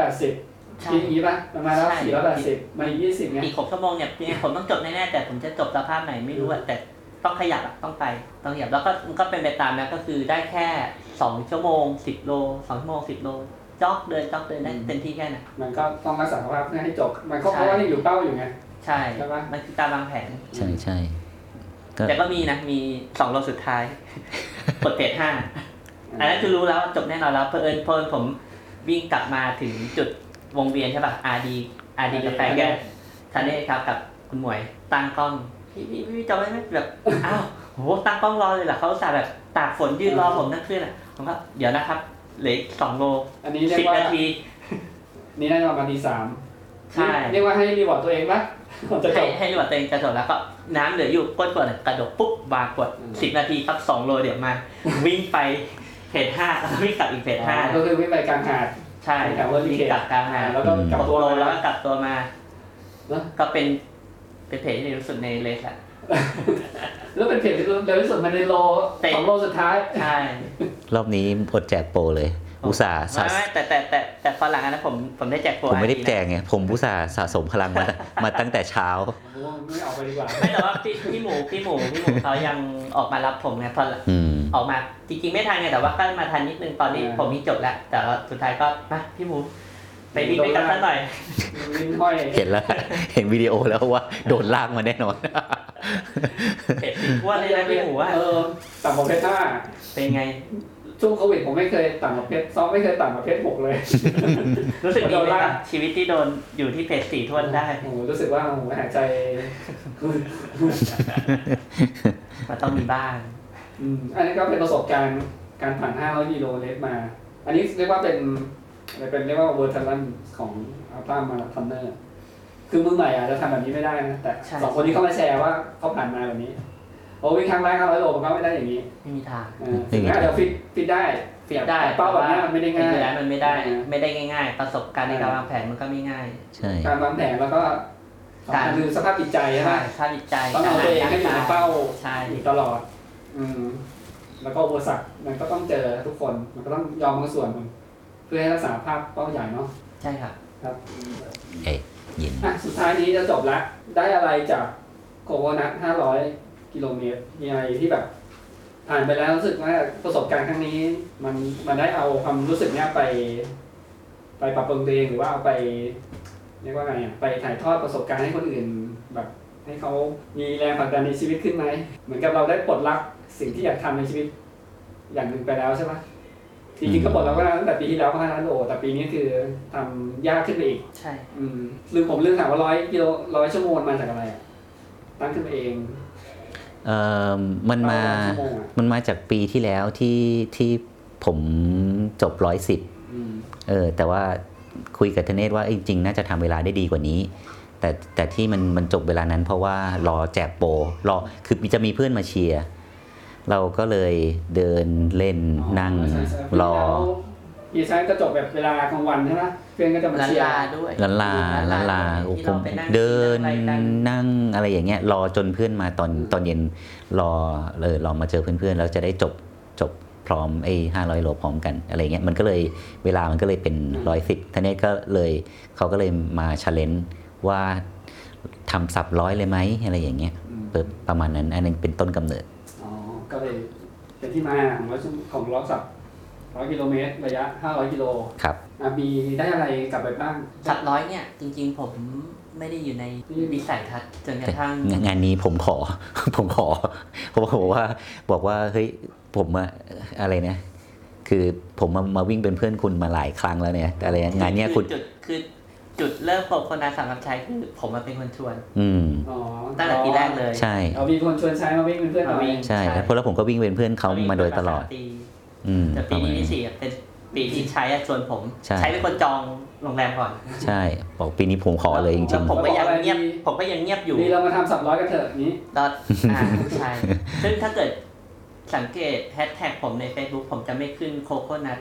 480ทีนี้ป่ะมันมาแล้ว480มา20ไงอีก6 ชั่วโมงเนี่ยผมต้องจบแน่ๆแต่ผมจะจบสภาพไหนไม่รู้แต่ต้องขยับต้องขยับแล้วก็เป็นไปตามนั้นก็คือได้แค่2 ชั่วโมง10 โล2 ชั่วโมง10 โลจ็อกเดินได้เต็มที่แค่นั้นมันก็ต้องรักษาสภาพให้จบมันก็เพราะว่านี่อยู่เป้าอยู่ไงใช่ป่ะมันคือการวางแผนใช่แต่ก็มี2 โลสุดท้ายกดเพจ5อันนั้นคือรู้แล้วจบแน่นอนแล้วเพิ่นผมวิ่งกลับมาถึงจุดวงเวียนใช่ป่ะ RD กับแฟนแกทันเน่ครับกับคุณหมวยตั้งกล้องพี่จำได้ไหมแบบอ้าวโหตั้งกล้องรอเลยเหรอเขาสาแบบตากฝนยืนรอผมนั่งขึ้นอ่ะผมก็เดี๋ยวนะครับเหลือ2 โล10 นาทีนี่น่าจะประมาณที่3ใช่เรียกว่าให้รีวอร์ดตัวเองป่ะให้รีวอร์ดตัวเองจะจบแล้วก็น้ำเหลืออยู่ก้นกดกระโดดปุ๊บวางกด10 นาทีครับ2 โลเดี๋ยวมาวิ่งไปเพจ5แล้ววิ่งกลับอีกเพจ5 ก็คือวิ่งไปกลางหาดใช่วิ่งกลับกลางหาดแล้วก็กลับตัวแล้วก็กลับตัวมาก็เป็นเพจที่รู้สึกในเลสแหละแล้วเป็นเพจที่เร็วที่สุดในโล2 โลสุดท้ายใช่รอบนี้อดแจกโปรเลยอุตส่าห์ไม่แต่พอหลังนั้นผมได้แจกโปรผมไม่ได้แจกไงผมอุตส่าห์สะสมพลังมาตั้งแต่เช้าไม่ออกไปดีกว่าไม่แต่ว่าพี่หมูเขายังออกมารับผมไงพอออกมาจริงๆไม่ทันไงแต่ว่าก็มาทันนิดนึงตอนนี้ผมมีจบแล้วแต่สุดท้ายก็มาพี่หมูไปวิ่งด้วยกันสักหน่อยเห็นแล้วเห็นวิดีโอแล้วว่าโดนลากมาแน่นอนเผ็ดทั่วเลยนะพี่หมูว่าต่ำกว่าเพชร5 เป็นไงช่วงโควิดผมไม่เคยต่ำกว่าเพชร2ไม่เคยต่ำกว่าเพชร6เลยรู้สึกดีไหมครับชีวิตที่โดนอยู่ที่เพชร4ทวนได้โอ้รู้สึกว่าหายใจมันต้องมีบ้างอันนี้ก็เป็นประสบการณ์การผ่าน500 กิโลเมตรมาอันนี้เรียกว่าเป็นเรียกว่าเวอร์ทันของอัลต้ามาราธอนเนอร์คือมือใหม่อาจจะทำแบบนี้ไม่ได้นะแต่2 คนนี้เขามาแชร์ว่าเขาผ่านมาแบบนี้โอ้วิ่งครั้งแรก500 โลมันก็ไม่ได้อย่างนี้ไม่มีทางถึงแม้เดี๋ยวฟิตได้เฟียบได้เป้าแบบนี้มันไม่ได้ง่ายมันไม่ได้ง่ายๆประสบการณ์ในการวางแผนมันก็ไม่ง่ายการวางแผนแล้วก็การดูสภาพจิตใจใช่ไหมสภาพจิตใจต้องเอาตัวเองให้อยู่ในเป้าอยู่ตลอดแล้วก็อุปสรรคมันก็ต้องเจอทุกคนมันก็ต้องยอมบางส่วนมันเพื่อให้รักษาภาพเป้าใหญ่เนาะใช่ครับยินสุดท้ายนี้จะจบละได้อะไรจากโคโคนัท500 กิโลเมตรมีอะไรที่แบบผ่านไปแล้วรู้สึกว่าประสบการณ์ครั้งนี้มันได้เอาความรู้สึกเนี้ยไปปรับปรุงตัวเองหรือว่าเอาไปเรียกว่าไงไปถ่ายทอดประสบการณ์ให้คนอื่นแบบให้เขามีแรงผลักดันในชีวิตขึ้นไหมเหมือนกับเราได้ปลดล็อกสิ่งที่อยากทำในชีวิตอย่างหนึ่งไปแล้วใช่ไหมจริงๆก็ปลดล็อกตั้งแต่ปีที่แล้วก็500 โลแต่ปีนี้คือทำยากขึ้นไปอีกใช่ผมลืมถามว่า100 ชั่วโมงมาจากอะไรตั้งขึ้นเองมันมาจากปีที่แล้วที่ผมจบ110แต่ว่าคุยกับธเนศว่าจริงๆน่าจะทำเวลาได้ดีกว่านี้แต่ที่มันจบเวลานั้นเพราะว่ารอแจกโปรคือจะมีเพื่อนมาเชียร์เราก็เลยเดินเล่นนั่งรอใช้ก็จบแบบเวลากลางวันใช่ไหมเพื่อนก็จะมาเชียร์ด้วยลันลาผมเดินนั่งอะไรอย่างเงี้ยรอจนเพื่อนมาตอนเย็นรอมาเจอเพื่อนๆแล้วจะได้จบพร้อมไอ้500 โลพร้อมกันอะไรเงี้ยมันก็เลยเวลามันก็เลยเป็น110ท่านนี้ก็เลยเขาก็เลยมาชาเลนจ์ว่าทำสับ100เลยไหมอะไรอย่างเงี้ยประมาณนั้นอันนึงเป็นต้นกำเนิดก็เลยเป็นที่มาของล้อสับ100 กิโลเมตรระยะ500 กิโลครับมีได้อะไรกลับไปบ้างสับ100เนี่ยจริงๆผมไม่ได้อยู่ในวิสัยทัศน์จนกระทั่งงานนี้ผมขอเพราะบอกว่าเฮ้ยผมอะไรเนี่ยคือผมมาวิ่งเป็นเพื่อนคุณมาหลายครั้งแล้วเนี่ยอะไรงานเนี้ยคุณคือจุดเริ่มของคนสำหรับใช้คือผมมาเป็นคนชวนตั้งแต่ปีแรกเลยใช่มีคนชวนใช้มาวิ่งเป็นเพื่อนเราใช่แล้วผมก็วิ่งเป็นเพื่อนเขามาโดยตลอดแต่ปีที่4เป็นปีที่ใช้ชวนผมใช้เป็นคนจองโรงแรมก่อนใช่บอกปีนี้ผมขอเลยจริงๆผมก็ยังเงียบอยู่นี่เรามาทำสับ100กันเถอะนี้ใช่ซึ่งถ้าเกิดสังเกตแฮชแท็กผมใน Facebook ผมจะไม่ขึ้นโคโคนัท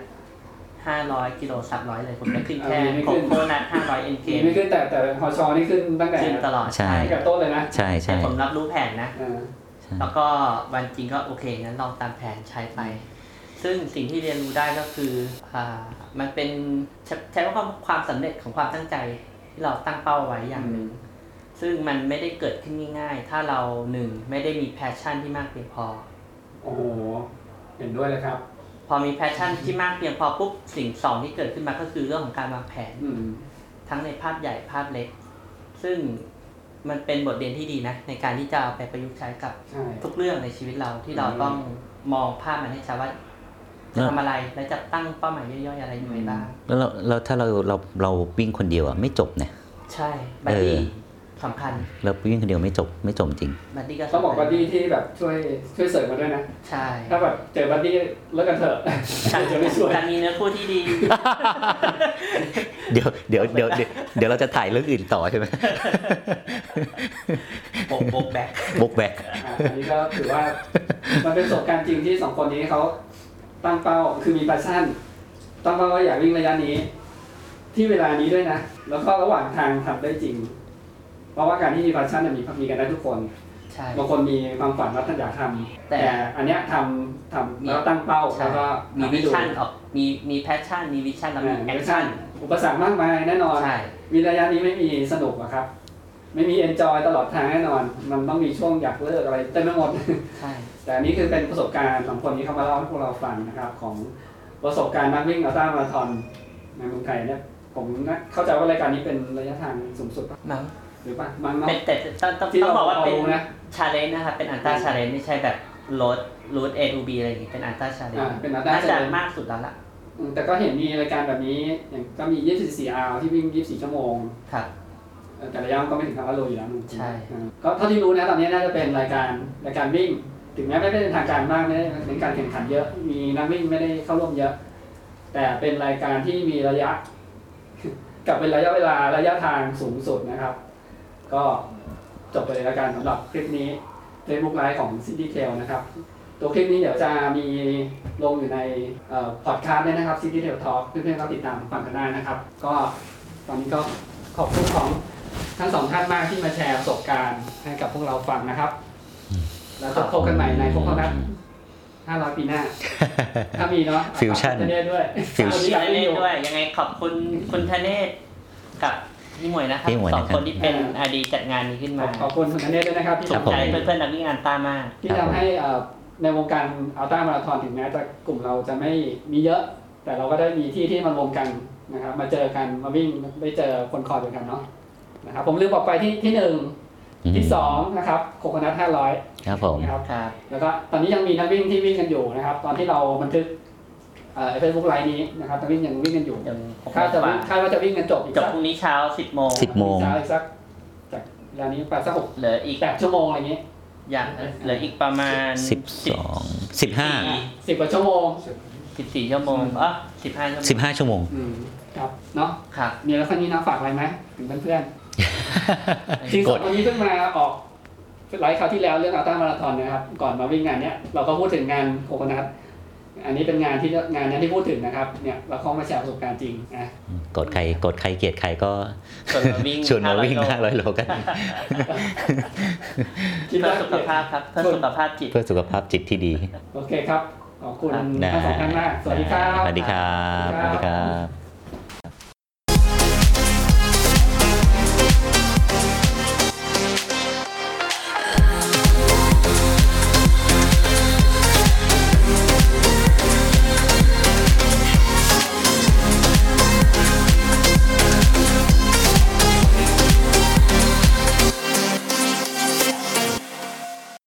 500 กิโลสับ100เลยผมจะขึ้นแค่โคโคนัท500 NK ไม่ขึ้นแต่ฮอชอนี่ขึ้นตั้งแต่ตลอดใช่กับต้นเลยนะใช่ผมรับรู้แผนนะแล้วก็วันจริงก็โอเคงั้นลองตามแผนใช้ไปซึ่งสิ่งที่เรียนรู้ได้ก็คือมันเป็นใช้ว่าความสำเร็จของความตั้งใจที่เราตั้งเป้าไว้อย่างหนึ่งซึ่งมันไม่ได้เกิดขึ้นง่ายๆถ้าเราไม่ได้มีแพชชั่นที่มากเพียงพอโอ้โหเห็นด้วยเลยครับพอมีแพชชั่นที่มากเพียงพอปุ๊บสิ่ง2ที่เกิดขึ้นมาก็คือเรื่องของการวางแผนทั้งในภาพใหญ่ภาพเล็กซึ่งมันเป็นบทเรียนที่ดีนะในการที่จะเอาไปประยุกต์ใช้กับทุกเรื่องในชีวิตเราที่เราต้องมองภาพมันให้ชัดว่าจะทำอะไรและจะตั้งเป้าหมายย่อยๆอะไรอยู่บ้างแล้วถ้าเราวิ่งคนเดียวไม่จบเนี่ยใช่บัดดี้สำคัญเราวิ่งคนเดียวไม่จบจริงบัดดี้ก็ต้องบอกบัดดี้ที่แบบช่วยเสริมมาด้วยนะใช่ถ้าแบบเจอบัดดี้เลิกกันเถอะจะไม่ช่วยการมีเนื้อคู่ที่ดีเดี๋ยวเราจะถ่ายเรื่องอื่นต่อใช่ไหมบกแบ็กอันนี้ก็ถือว่ามันเป็นประสบการณ์จริงที่2 คนนี้เขาตั้งเป้าคือมีแพชชั่นตั้งเป้าว่าอยากวิ่งระยะนี้ที่เวลานี้ด้วยนะแล้วก็ระหว่างทางทำได้จริงเพราะว่าการที่มีแพชชั่นมีกันได้ทุกคนใช่บางคนมีความฝันว่าท่านอยากทำแต่อันเนี้ยทำแล้วตั้งเป้าแล้วก็มีวิชั่นออกมีแพชชั่นมีวิชั่นแล้วมีแอคชั่นอุปสรรคมากมายแน่นอนวิระยะนี้ไม่มีสนุกอะครับไม่มีเอนจอยตลอดทางแน่นอนมันต้องมีช่วงอยากเลิกอะไรเต็มไปหมดใช่แต่อันนี้คือเป็นประสบการณ์ของคนที่เขามาเล่าให้พวกเราฟังนะครับของประสบการณ์นักวิ่งอัลตร้ามาราธอนในเมืองไทยเนี่ยผมเข้าใจว่ารายการนี้เป็นระยะทางสูงสุดมั้งหรือป่ะมั้งเนาะแต่ต้องบอกว่าเป็นชาเลนจ์นะครับเป็นอัลตร้าชาเลนจ์ไม่ใช่แบบรูท A to B อะไรอย่างงี้เป็นอัลตร้าชาเลนจ์น่าจะมากสุดแล้วล่ะแต่ก็เห็นมีรายการแบบนี้อย่างก็มี 24 hour ที่วิ่ง 24 ชั่วโมงครับแต่ระยะมันก็ไม่ถึงกับว่าโลอยู่แล้วใช่ก็เท่าที่รู้นะตอนนี้น่าจะเป็นรายการวิ่งถึงแม้ไม่ได้เป็นทางการมากไม่ได้เป็นการแข่งขันเยอะมีนักวิ่งไม่ได้เข้าร่วมเยอะแต่เป็นรายการที่มีระยะกับเป็นระยะเวลาระยะทางสูงสุดนะครับก็จบไปเลยแล้วกันสำหรับคลิปนี้ Facebook Live ของ City Trail นะครับตัวคลิปนี้เดี๋ยวจะมีลงอยู่ในพอดคาสต์ด้วยนะครับ City Trail Talk เพื่อนๆก็ติดตามฟังกันได้นะครับก็ตอนนี้ก็ขอบคุณของทั้งสองท่านมากที่มาแชร์ประสบการณ์ให้กับพวกเราฟังนะครับแล้วจะพบกันใหม่ในพวกเขานัด500 ปีหน้าถ้ามีเนาะฟิวชั่นด้วยฟิวชั่นด้วยยังไงขอบคุณคุณธเนศกับพี่หมวยนะครับสองคนที่เป็นอดีจัดงานนี้ขึ้นมาขอบคุณคุณธเนศด้วยนะครับที่สนใจเพื่อนๆนักวิ่งอัลตร้ามากที่ทำให้ในวงการอัลตร้ามาราธอนถึงแม้จะกลุ่มเราจะไม่มีเยอะแต่เราก็ได้มีที่มารวมกันนะครับมาเจอกันมาวิ่งได้เจอคนคอยเดียวกันเนาะนะครับผมลืมบอกไปที่1ที่2นะครับโคโคนัท500 ครับผมนะครับแล้วก็ตอนนี้ยังมีนักวิ่งที่วิ่งกันอยู่นะครับตอนที่เราบันทึกFacebook Live นี้นะครับนักวิ่งยังวิ่งกันอยู่คาดว่าจะวิ่งกันจบพรุ่งนี้เช้า 10 โมงเช้าอีกสักจากเวลานี้ไปสัก6 เหลืออีก 8 ชั่วโมงอะไรอย่างงี้อย่างเหลืออีกประมาณ 10 กว่าชั่วโมง 14 ชั่วโมง 15 ชั่วโมงครับเนาะครับมีแล้วคนนี้นะฝากอะไรไหมถึงเพื่อนๆจริงๆวันนี้เพิ่งมาออกไลฟ์คราวที่แล้วเรื่องอัลตร้ามาราธอนนะครับก่อนมาวิ่งงานเนี้ยเราก็พูดถึงงานโคโคนัทอันนี้เป็นงานนี้ที่พูดถึงนะครับเนี่ยเราเข้ามาแชร์ประสบการณ์จริงนะกดใครเกลียดใครก็ชวนมาวิ่ง500 โลกันเพื่อสุขภาพครับเพื่อสุขภาพจิตที่ดีโอเคครับขอบคุณทั้งสองท่านมากสวัสดีครับสวัสดีครับ